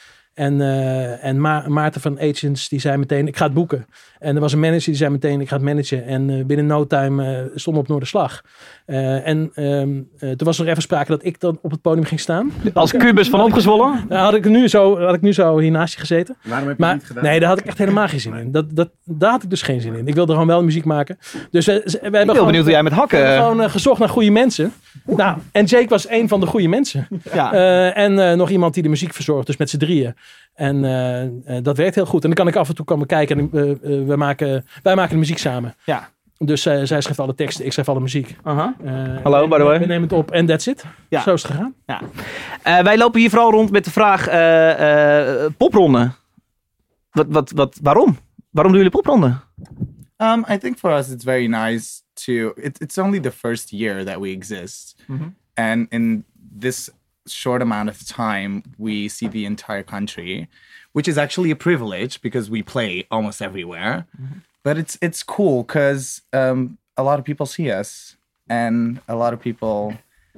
Speaker 4: En Maarten van Agents die zei meteen, ik ga het boeken. En er was een manager die zei meteen, ik ga het managen. En binnen no time stond op Noorderslag. Toen was er nog even sprake dat ik dan op het podium ging staan.
Speaker 1: Als kubus van opgezwollen?
Speaker 4: Had ik nu zo hier naast je gezeten.
Speaker 11: Waarom heb je het niet gedaan?
Speaker 4: Nee, daar had ik echt helemaal geen zin in. Daar had ik dus geen zin in. Ik wilde gewoon wel muziek maken. Dus we hebben
Speaker 1: ben benieuwd hoe jij met hakken...
Speaker 4: We hebben gewoon gezocht naar goede mensen. Nou, en Jake was een van de goede mensen.
Speaker 1: Ja.
Speaker 4: En nog iemand die de muziek verzorgt, dus met z'n drieën. En dat werkt heel goed. En dan kan ik af en toe komen kijken. En wij maken de muziek samen.
Speaker 1: Ja.
Speaker 4: Dus zij schrijft alle teksten, ik schrijf alle muziek.
Speaker 1: Hallo, by the way.
Speaker 4: We nemen het op en that's it.
Speaker 1: Ja.
Speaker 4: Zo is het gegaan.
Speaker 1: Ja. Wij lopen hier vooral rond met de vraag popronde. Waarom? Waarom doen jullie popronde?
Speaker 5: I think for us it's very nice to. It's only the first year that we exist, and in this short amount of time, we see the entire country, which is actually a privilege because we play almost everywhere. But it's cool because a lot of people see us, and a lot of people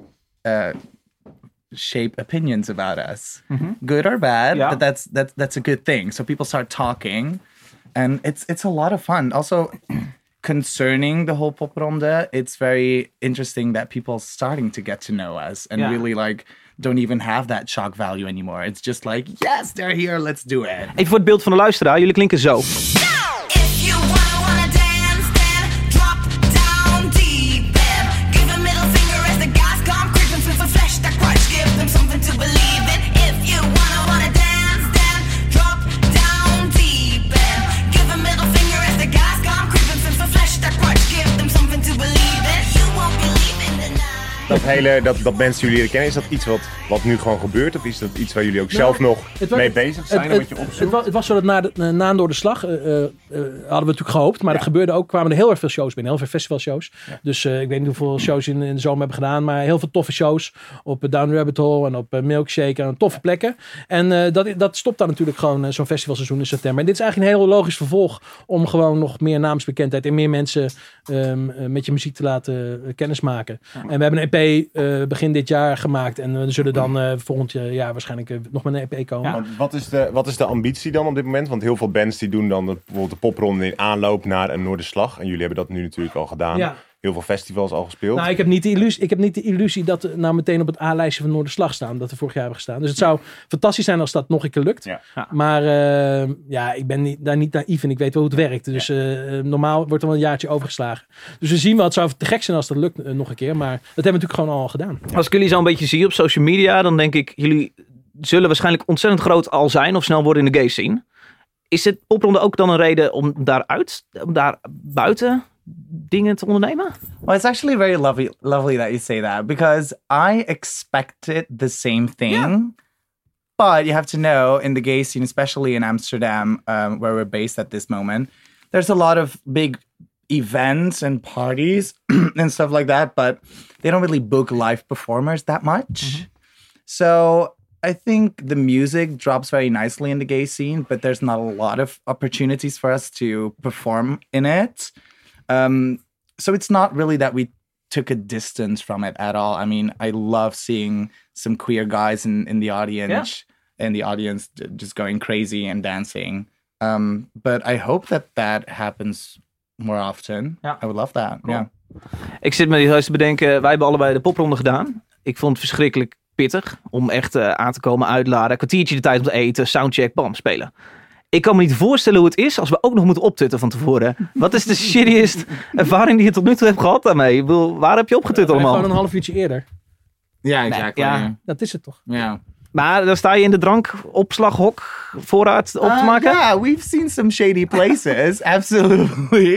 Speaker 5: shape opinions about us, good or bad. But that's a good thing. So people start talking, and it's a lot of fun. Also, concerning the whole popronde, it's very interesting that people starting to get to know us and really like don't even have that shock value anymore. It's just like, yes, they're here, let's do it.
Speaker 1: Even voor het beeld van de luisteraar, jullie klinken zo.
Speaker 2: Dat mensen jullie leren kennen, is dat iets wat nu gewoon gebeurt? Of is dat iets waar jullie ook zelf nog mee bezig zijn? Wat je opzoekt?
Speaker 4: Het was zo dat na en door de slag hadden we natuurlijk gehoopt. Maar het gebeurde ook, kwamen er heel erg veel shows binnen. Heel veel festivalshows. Ja. Dus ik weet niet hoeveel shows in de zomer hebben gedaan. Maar heel veel toffe shows. Op Down Rabbit Hole en op Milkshake. En toffe plekken. En dat stopt dan natuurlijk gewoon zo'n festivalseizoen in september. En dit is eigenlijk een heel logisch vervolg. Om gewoon nog meer naamsbekendheid en meer mensen met je muziek te laten kennismaken. Ja. En we hebben een EP begin dit jaar gemaakt. En we zullen dan volgend jaar waarschijnlijk nog met een EP komen.
Speaker 2: Ja. Wat is de ambitie dan op dit moment? Want heel veel bands die doen dan bijvoorbeeld de popronde in aanloop naar een Noorderslag. En jullie hebben dat nu natuurlijk al gedaan. Ja. Heel veel festivals al gespeeld. Nou,
Speaker 4: ik heb niet de illusie dat we nou meteen op het A-lijstje van Noorderslag staan. Dat we vorig jaar hebben gestaan. Dus het zou fantastisch zijn als dat nog een keer lukt. Ja. Ja. Maar ik ben daar niet naïef en ik weet wel hoe het werkt. Dus normaal wordt er wel een jaartje overgeslagen. Dus we zien wel, het zou te gek zijn als dat lukt nog een keer. Maar dat hebben we natuurlijk gewoon al gedaan.
Speaker 1: Ja. Als ik jullie zo een beetje zie op social media, dan denk ik, jullie zullen waarschijnlijk ontzettend groot al zijn of snel worden in de gay scene. Is het popronde ook dan een reden om daar buiten dingen te ondernemen?
Speaker 5: Well, it's actually very lovely that you say that, because I expected the same thing. Yeah. But you have to know, in the gay scene, especially in Amsterdam, where we're based at this moment, there's a lot of big events and parties and stuff like that, but they don't really book live performers that much. So I think the music drops very nicely in the gay scene, but there's not a lot of opportunities for us to perform in it. So it's not really that we took a distance from it at all. I mean, I love seeing some queer guys in the audience, just going crazy and dancing. But I hope that happens more often. Yeah. I would love that. Cool. Yeah.
Speaker 1: Ik zit me juist te bedenken, wij hebben allebei de popronde gedaan. Ik vond het verschrikkelijk pittig om echt aan te komen, uitladen. Een kwartiertje de tijd om te eten, soundcheck, bam, spelen. Ik kan me niet voorstellen hoe het is als we ook nog moeten optutten van tevoren. Wat is de shittiest ervaring die je tot nu toe hebt gehad daarmee? Ik bedoel, waar heb je opgetut allemaal?
Speaker 4: Gewoon een half uurtje eerder.
Speaker 5: Ja, exactly.
Speaker 1: Ja.
Speaker 4: Dat is het toch?
Speaker 5: Ja.
Speaker 1: Maar dan sta je in de drankopslaghok voorraad op te maken?
Speaker 5: Yeah, we've seen some shady places. Absolutely.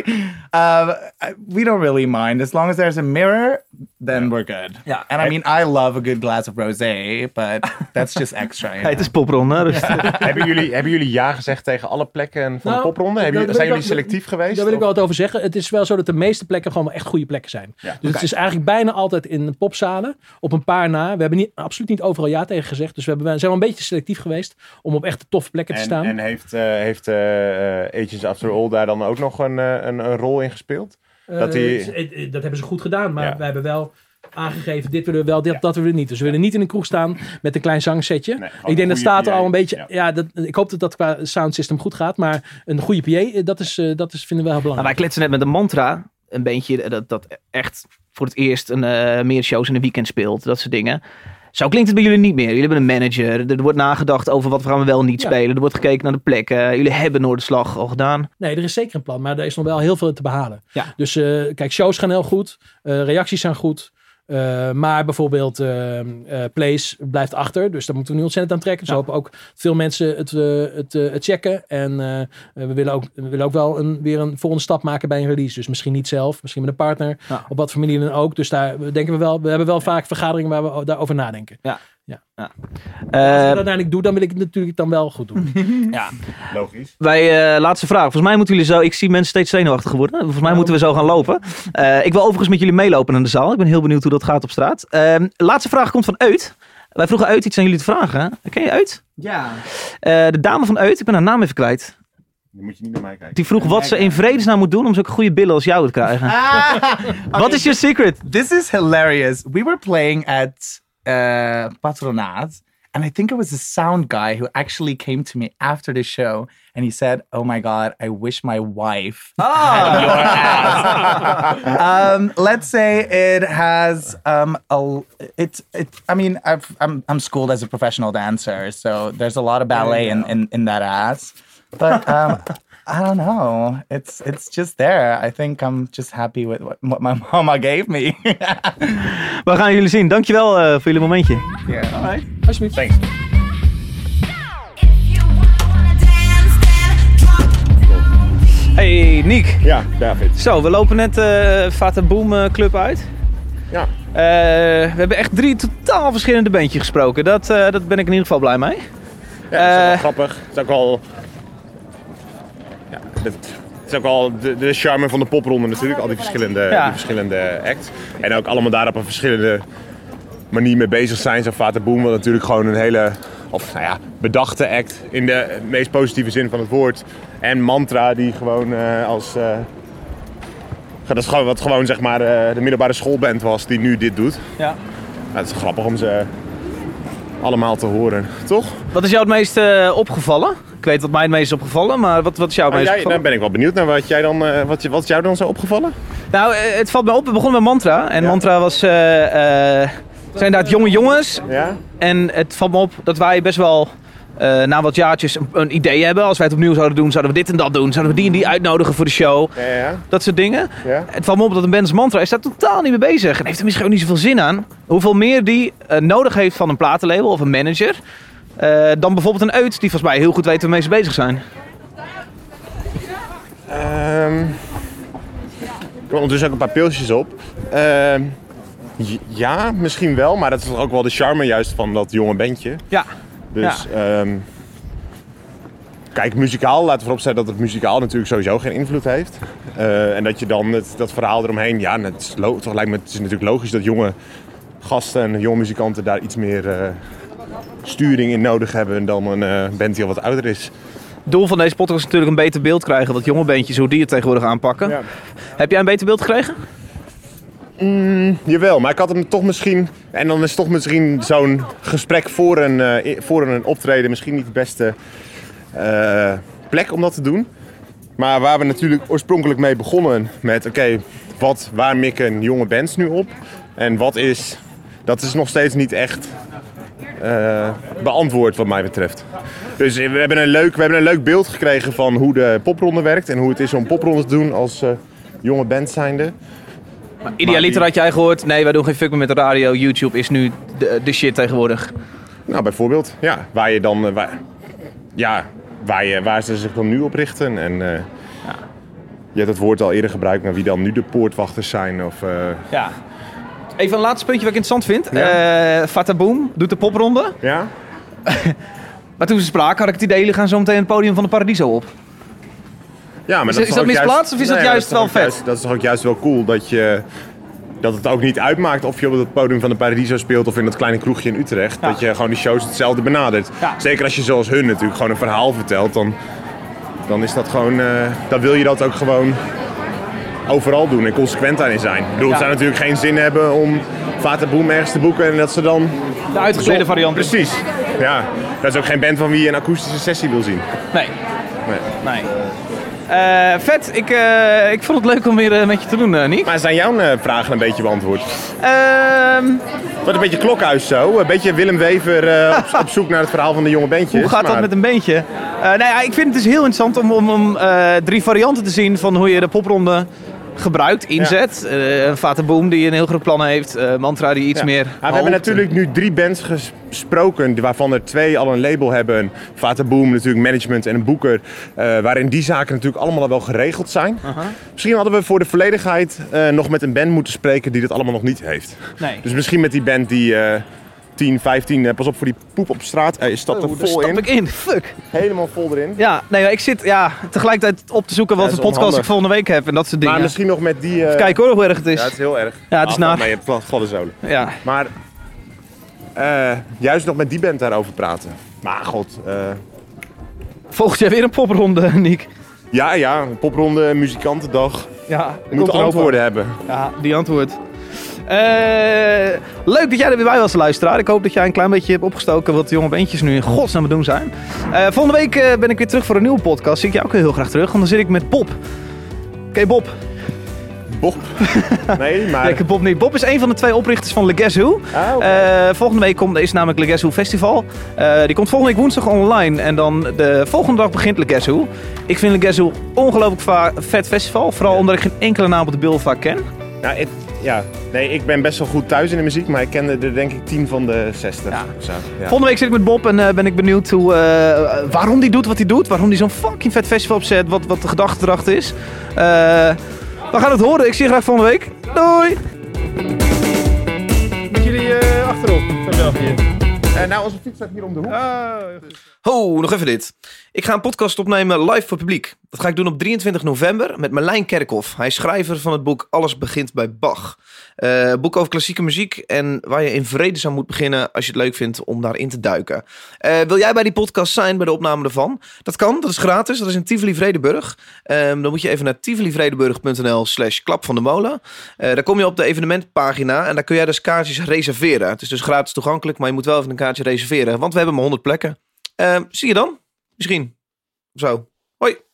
Speaker 5: We don't really mind. As long as there's a mirror, then we're good. Yeah. And I mean, I love a good glass of rosé, but that's just extra.
Speaker 1: Hey, het is popronde. Dus.
Speaker 2: Hebben jullie ja gezegd tegen alle plekken van de popronde? Zijn jullie selectief geweest?
Speaker 4: Daar wil ik wel wat over zeggen. Het is wel zo dat de meeste plekken gewoon wel echt goede plekken zijn. Ja. Dus het is eigenlijk bijna altijd in popzalen. Op een paar na. We hebben absoluut niet overal ja tegen gezegd. Dus we zijn wel een beetje selectief geweest om op echt toffe plekken te staan.
Speaker 2: En heeft Agents After All daar dan ook nog een rol in gespeeld?
Speaker 4: Dat hebben ze goed gedaan, maar wij hebben wel aangegeven, dit willen we wel, dat willen we niet. Dus we willen niet in een kroeg staan met een klein zangsetje. Nee, ik denk dat staat er al een beetje. Ja, ik hoop dat qua soundsystem goed gaat, maar een goede PA, dat is vinden we wel belangrijk.
Speaker 1: Nou, wij kletsen net met een mantra, een bandje dat echt voor het eerst meer shows in een weekend speelt, dat soort dingen. Zo klinkt het bij jullie niet meer. Jullie hebben een manager. Er wordt nagedacht over wat gaan we wel niet spelen. Er wordt gekeken naar de plekken. Jullie hebben Noorderslag al gedaan.
Speaker 4: Nee, er is zeker een plan. Maar er is nog wel heel veel te behalen. Ja. Dus kijk, shows gaan heel goed. Reacties zijn goed. Maar bijvoorbeeld Place blijft achter. Dus daar moeten we nu ontzettend aan trekken. Dus we hopen ook veel mensen het checken. En we willen ook wel weer een volgende stap maken bij een release. Dus misschien niet zelf. Misschien met een partner. Ja. Op wat voor manier dan ook. Dus daar denken we wel. We hebben wel vaak vergaderingen waar we daarover nadenken.
Speaker 1: Ja.
Speaker 4: Ja.
Speaker 1: Ja.
Speaker 4: Als ik dat uiteindelijk doe, dan wil ik het natuurlijk dan wel goed doen.
Speaker 1: Ja.
Speaker 2: Logisch.
Speaker 1: Laatste vraag. Volgens mij moeten jullie zo... Ik zie mensen steeds zenuwachtig worden. Volgens mij moeten we zo gaan lopen. Ik wil overigens met jullie meelopen naar de zaal. Ik ben heel benieuwd hoe dat gaat op straat. Laatste vraag komt van Eut. Wij vroegen Eut iets aan jullie te vragen. Ken je Eut?
Speaker 5: Ja.
Speaker 1: De dame van Eut, ik ben haar naam even kwijt.
Speaker 2: Dan moet je niet naar mij kijken.
Speaker 1: Die vroeg wat ze in vredesnaam moet doen om zulke goede billen als jou te krijgen. Wat is your secret?
Speaker 5: This is hilarious. We were playing at Patronaat. And I think it was a sound guy who actually came to me after the show. And he said, "Oh my God, I wish my wife had your ass." Let's say it has I'm schooled as a professional dancer, so there's a lot of ballet in that ass. But I don't know. It's just there. I think I'm just happy with what my mama gave me.
Speaker 1: We gaan jullie zien. Dankjewel voor jullie momentje.
Speaker 5: Yeah.
Speaker 1: All right. Alsjeblieft.
Speaker 2: Thanks.
Speaker 1: Hey, Niek.
Speaker 2: Ja, David.
Speaker 1: Zo, we lopen net Fata Boom Club uit.
Speaker 2: Ja.
Speaker 1: We hebben echt 3 totaal verschillende bandjes gesproken. Dat ben ik in ieder geval blij mee.
Speaker 2: Ja, dat is ook wel grappig. Het is ook al... Ja, het is ook al de charme van de popronde natuurlijk. Al die verschillende acts. En ook allemaal daar op een verschillende manier mee bezig zijn. Zo Fata Boom, wat natuurlijk gewoon een hele... bedachte act in de meest positieve zin van het woord. En Mantra, die gewoon dat is gewoon zeg maar de middelbare schoolband was die nu dit doet.
Speaker 1: Ja.
Speaker 2: Het is grappig om ze allemaal te horen, toch?
Speaker 1: Wat is jou het meest opgevallen? Ik weet wat mij het meest is opgevallen, maar wat is jou het meest opgevallen?
Speaker 2: Dan ben ik wel benieuwd naar wat is jou dan zo opgevallen?
Speaker 1: Nou, het valt me op. We begonnen met Mantra. En Mantra was... zijn inderdaad jonge jongens.
Speaker 2: Ja?
Speaker 1: En het valt me op dat wij best wel na wat jaartjes een idee hebben. Als wij het opnieuw zouden doen, zouden we dit en dat doen. Zouden we die en die uitnodigen voor de show.
Speaker 2: Ja.
Speaker 1: Dat soort dingen.
Speaker 2: Ja.
Speaker 1: Het valt me op dat een band als Mantra is daar totaal niet mee bezig. En heeft er misschien ook niet zoveel zin aan. Hoeveel meer die nodig heeft van een platenlabel of een manager. Dan bijvoorbeeld een Eut die volgens mij heel goed weet waarmee ze bezig zijn.
Speaker 2: Ik wil ondertussen ook een paar pilsjes op. Ja, misschien wel, maar dat is ook wel de charme juist van dat jonge bandje.
Speaker 1: Ja.
Speaker 2: Dus, kijk, muzikaal, laten we vooropstellen dat het muzikaal natuurlijk sowieso geen invloed heeft. En dat je dan dat verhaal eromheen, het is natuurlijk logisch dat jonge gasten en jonge muzikanten daar iets meer sturing in nodig hebben dan een band die al wat ouder is.
Speaker 1: Het doel van deze podcast is natuurlijk een beter beeld krijgen wat jonge bandjes, hoe die het tegenwoordig aanpakken. Ja. Heb jij een beter beeld gekregen?
Speaker 2: Jawel, maar ik had hem toch misschien... En dan is toch misschien zo'n gesprek voor een optreden misschien niet de beste plek om dat te doen. Maar waar we natuurlijk oorspronkelijk mee begonnen met... waar mikken jonge bands nu op? En dat is nog steeds niet echt beantwoord wat mij betreft. Dus we hebben een leuk beeld gekregen van hoe de popronde werkt. En hoe het is om popronde te doen als jonge band zijnde.
Speaker 1: Maar idealiter had jij gehoord, nee, wij doen geen fuck meer met de radio. YouTube is nu de shit tegenwoordig.
Speaker 2: Nou, bijvoorbeeld. Ja, waar ze zich dan nu op richten. En je hebt het woord al eerder gebruikt, maar wie dan nu de poortwachters zijn.
Speaker 1: Ja. Even een laatste puntje wat ik interessant vind.
Speaker 2: Ja.
Speaker 1: Fata Boom doet de popronde.
Speaker 2: Ja.
Speaker 1: Maar toen ze spraken had ik het idee, jullie gaan zo meteen het podium van de Paradiso op.
Speaker 2: Ja, maar
Speaker 1: is dat misplaatst of is dat juist wel vet?
Speaker 2: Dat is toch ook juist wel cool dat het ook niet uitmaakt of je op het podium van de Paradiso speelt of in dat kleine kroegje in Utrecht. Ja. Dat je gewoon die shows hetzelfde benadert. Ja. Zeker als je zoals hun natuurlijk gewoon een verhaal vertelt, dan is dat gewoon, dan wil je dat ook gewoon overal doen en consequent daarin zijn. Ik bedoel, het zou natuurlijk geen zin hebben om Fata Boom ergens te boeken en dat ze dan...
Speaker 1: De uitgeklede variant.
Speaker 2: Precies. Ja, dat is ook geen band van wie je een akoestische sessie wil zien.
Speaker 1: Nee. Vet, ik vond het leuk om weer met je te doen, Niek.
Speaker 2: Maar zijn jouw vragen een beetje beantwoord? Wat een beetje klokhuis zo, een beetje Willem Wever op zoek naar het verhaal van de jonge bandjes.
Speaker 1: Hoe gaat dat met een bandje? Ik vind het dus heel interessant om 3 varianten te zien van hoe je de popronde gebruikt, inzet. Fata Boom die een heel groot plan heeft. Mantra die iets meer
Speaker 2: we hebben natuurlijk nu 3 bands gesproken, waarvan er 2 al een label hebben. Fata Boom natuurlijk management en een boeker. Waarin die zaken natuurlijk allemaal wel geregeld zijn. Misschien hadden we voor de volledigheid nog met een band moeten spreken die dat allemaal nog niet heeft.
Speaker 1: Nee.
Speaker 2: Dus misschien met die band die 10, 15. Pas op voor die poep op straat. Je stapt er vol in.
Speaker 1: Ik in. Fuck.
Speaker 2: Helemaal vol erin.
Speaker 1: Ja, nee, ik zit tegelijkertijd op te zoeken wat voor podcast ik volgende week heb en dat soort dingen.
Speaker 2: Maar misschien nog met die...
Speaker 1: Kijk hoor hoe erg het is.
Speaker 2: Ja, het is heel erg.
Speaker 1: Ja, het is naar.
Speaker 2: Maar je hebt gladde zolen.
Speaker 1: Ja.
Speaker 2: Maar juist nog met die band daarover praten. Maar god.
Speaker 1: Volgend jaar weer een popronde, Niek.
Speaker 2: Ja, een popronde, muzikantendag.
Speaker 1: Ja,
Speaker 2: we moeten antwoorden hebben.
Speaker 1: Ja, die antwoord. Leuk dat jij er weer bij was, luisteraar. Ik hoop dat jij een klein beetje hebt opgestoken wat de jonge beentjes nu in godsnaam aan het doen zijn. Volgende week ben ik weer terug voor een nieuwe podcast. Zie ik jou ook heel graag terug, want dan zit ik met Bob. Ken Bob?
Speaker 2: Bob? Nee, maar...
Speaker 1: Nee, Bob niet. Bob is een van de 2 oprichters van Le Guess Who. Volgende week is namelijk Le Guess Who Festival. Die komt volgende week woensdag online. En dan de volgende dag begint Le Guess Who. Ik vind Le Guess Who ongelooflijk vet festival. Vooral omdat ik geen enkele naam op de beeld vaak ken.
Speaker 2: Nee, ik ben best wel goed thuis in de muziek, maar ik kende er denk ik 10 van de 60. Ja. Zo, ja.
Speaker 1: Volgende week zit ik met Bob en ben ik benieuwd waarom hij doet wat hij doet. Waarom hij zo'n fucking vet festival opzet, wat de gedachte erachter is. We gaan het horen. Ik zie je graag volgende week. Doei!
Speaker 2: Met jullie achterop. Nou, onze fiets staat hier om de hoek.
Speaker 1: Ho, nog even dit. Ik ga een podcast opnemen live voor publiek. Dat ga ik doen op 23 november met Marlijn Kerkhoff. Hij is schrijver van het boek Alles begint bij Bach. Boek over klassieke muziek en waar je in vredesnaam moet beginnen als je het leuk vindt om daarin te duiken. Wil jij bij die podcast zijn, bij de opname ervan? Dat kan, dat is gratis. Dat is in Tivoli-Vredenburg. Dan moet je even naar tivolivredenburg.nl/klap van de molen. Daar kom je op de evenementpagina en daar kun jij dus kaartjes reserveren. Het is dus gratis toegankelijk, maar je moet wel even een kaartje reserveren, want we hebben maar 100 plekken. Zie je dan? Misschien. Of zo. Hoi.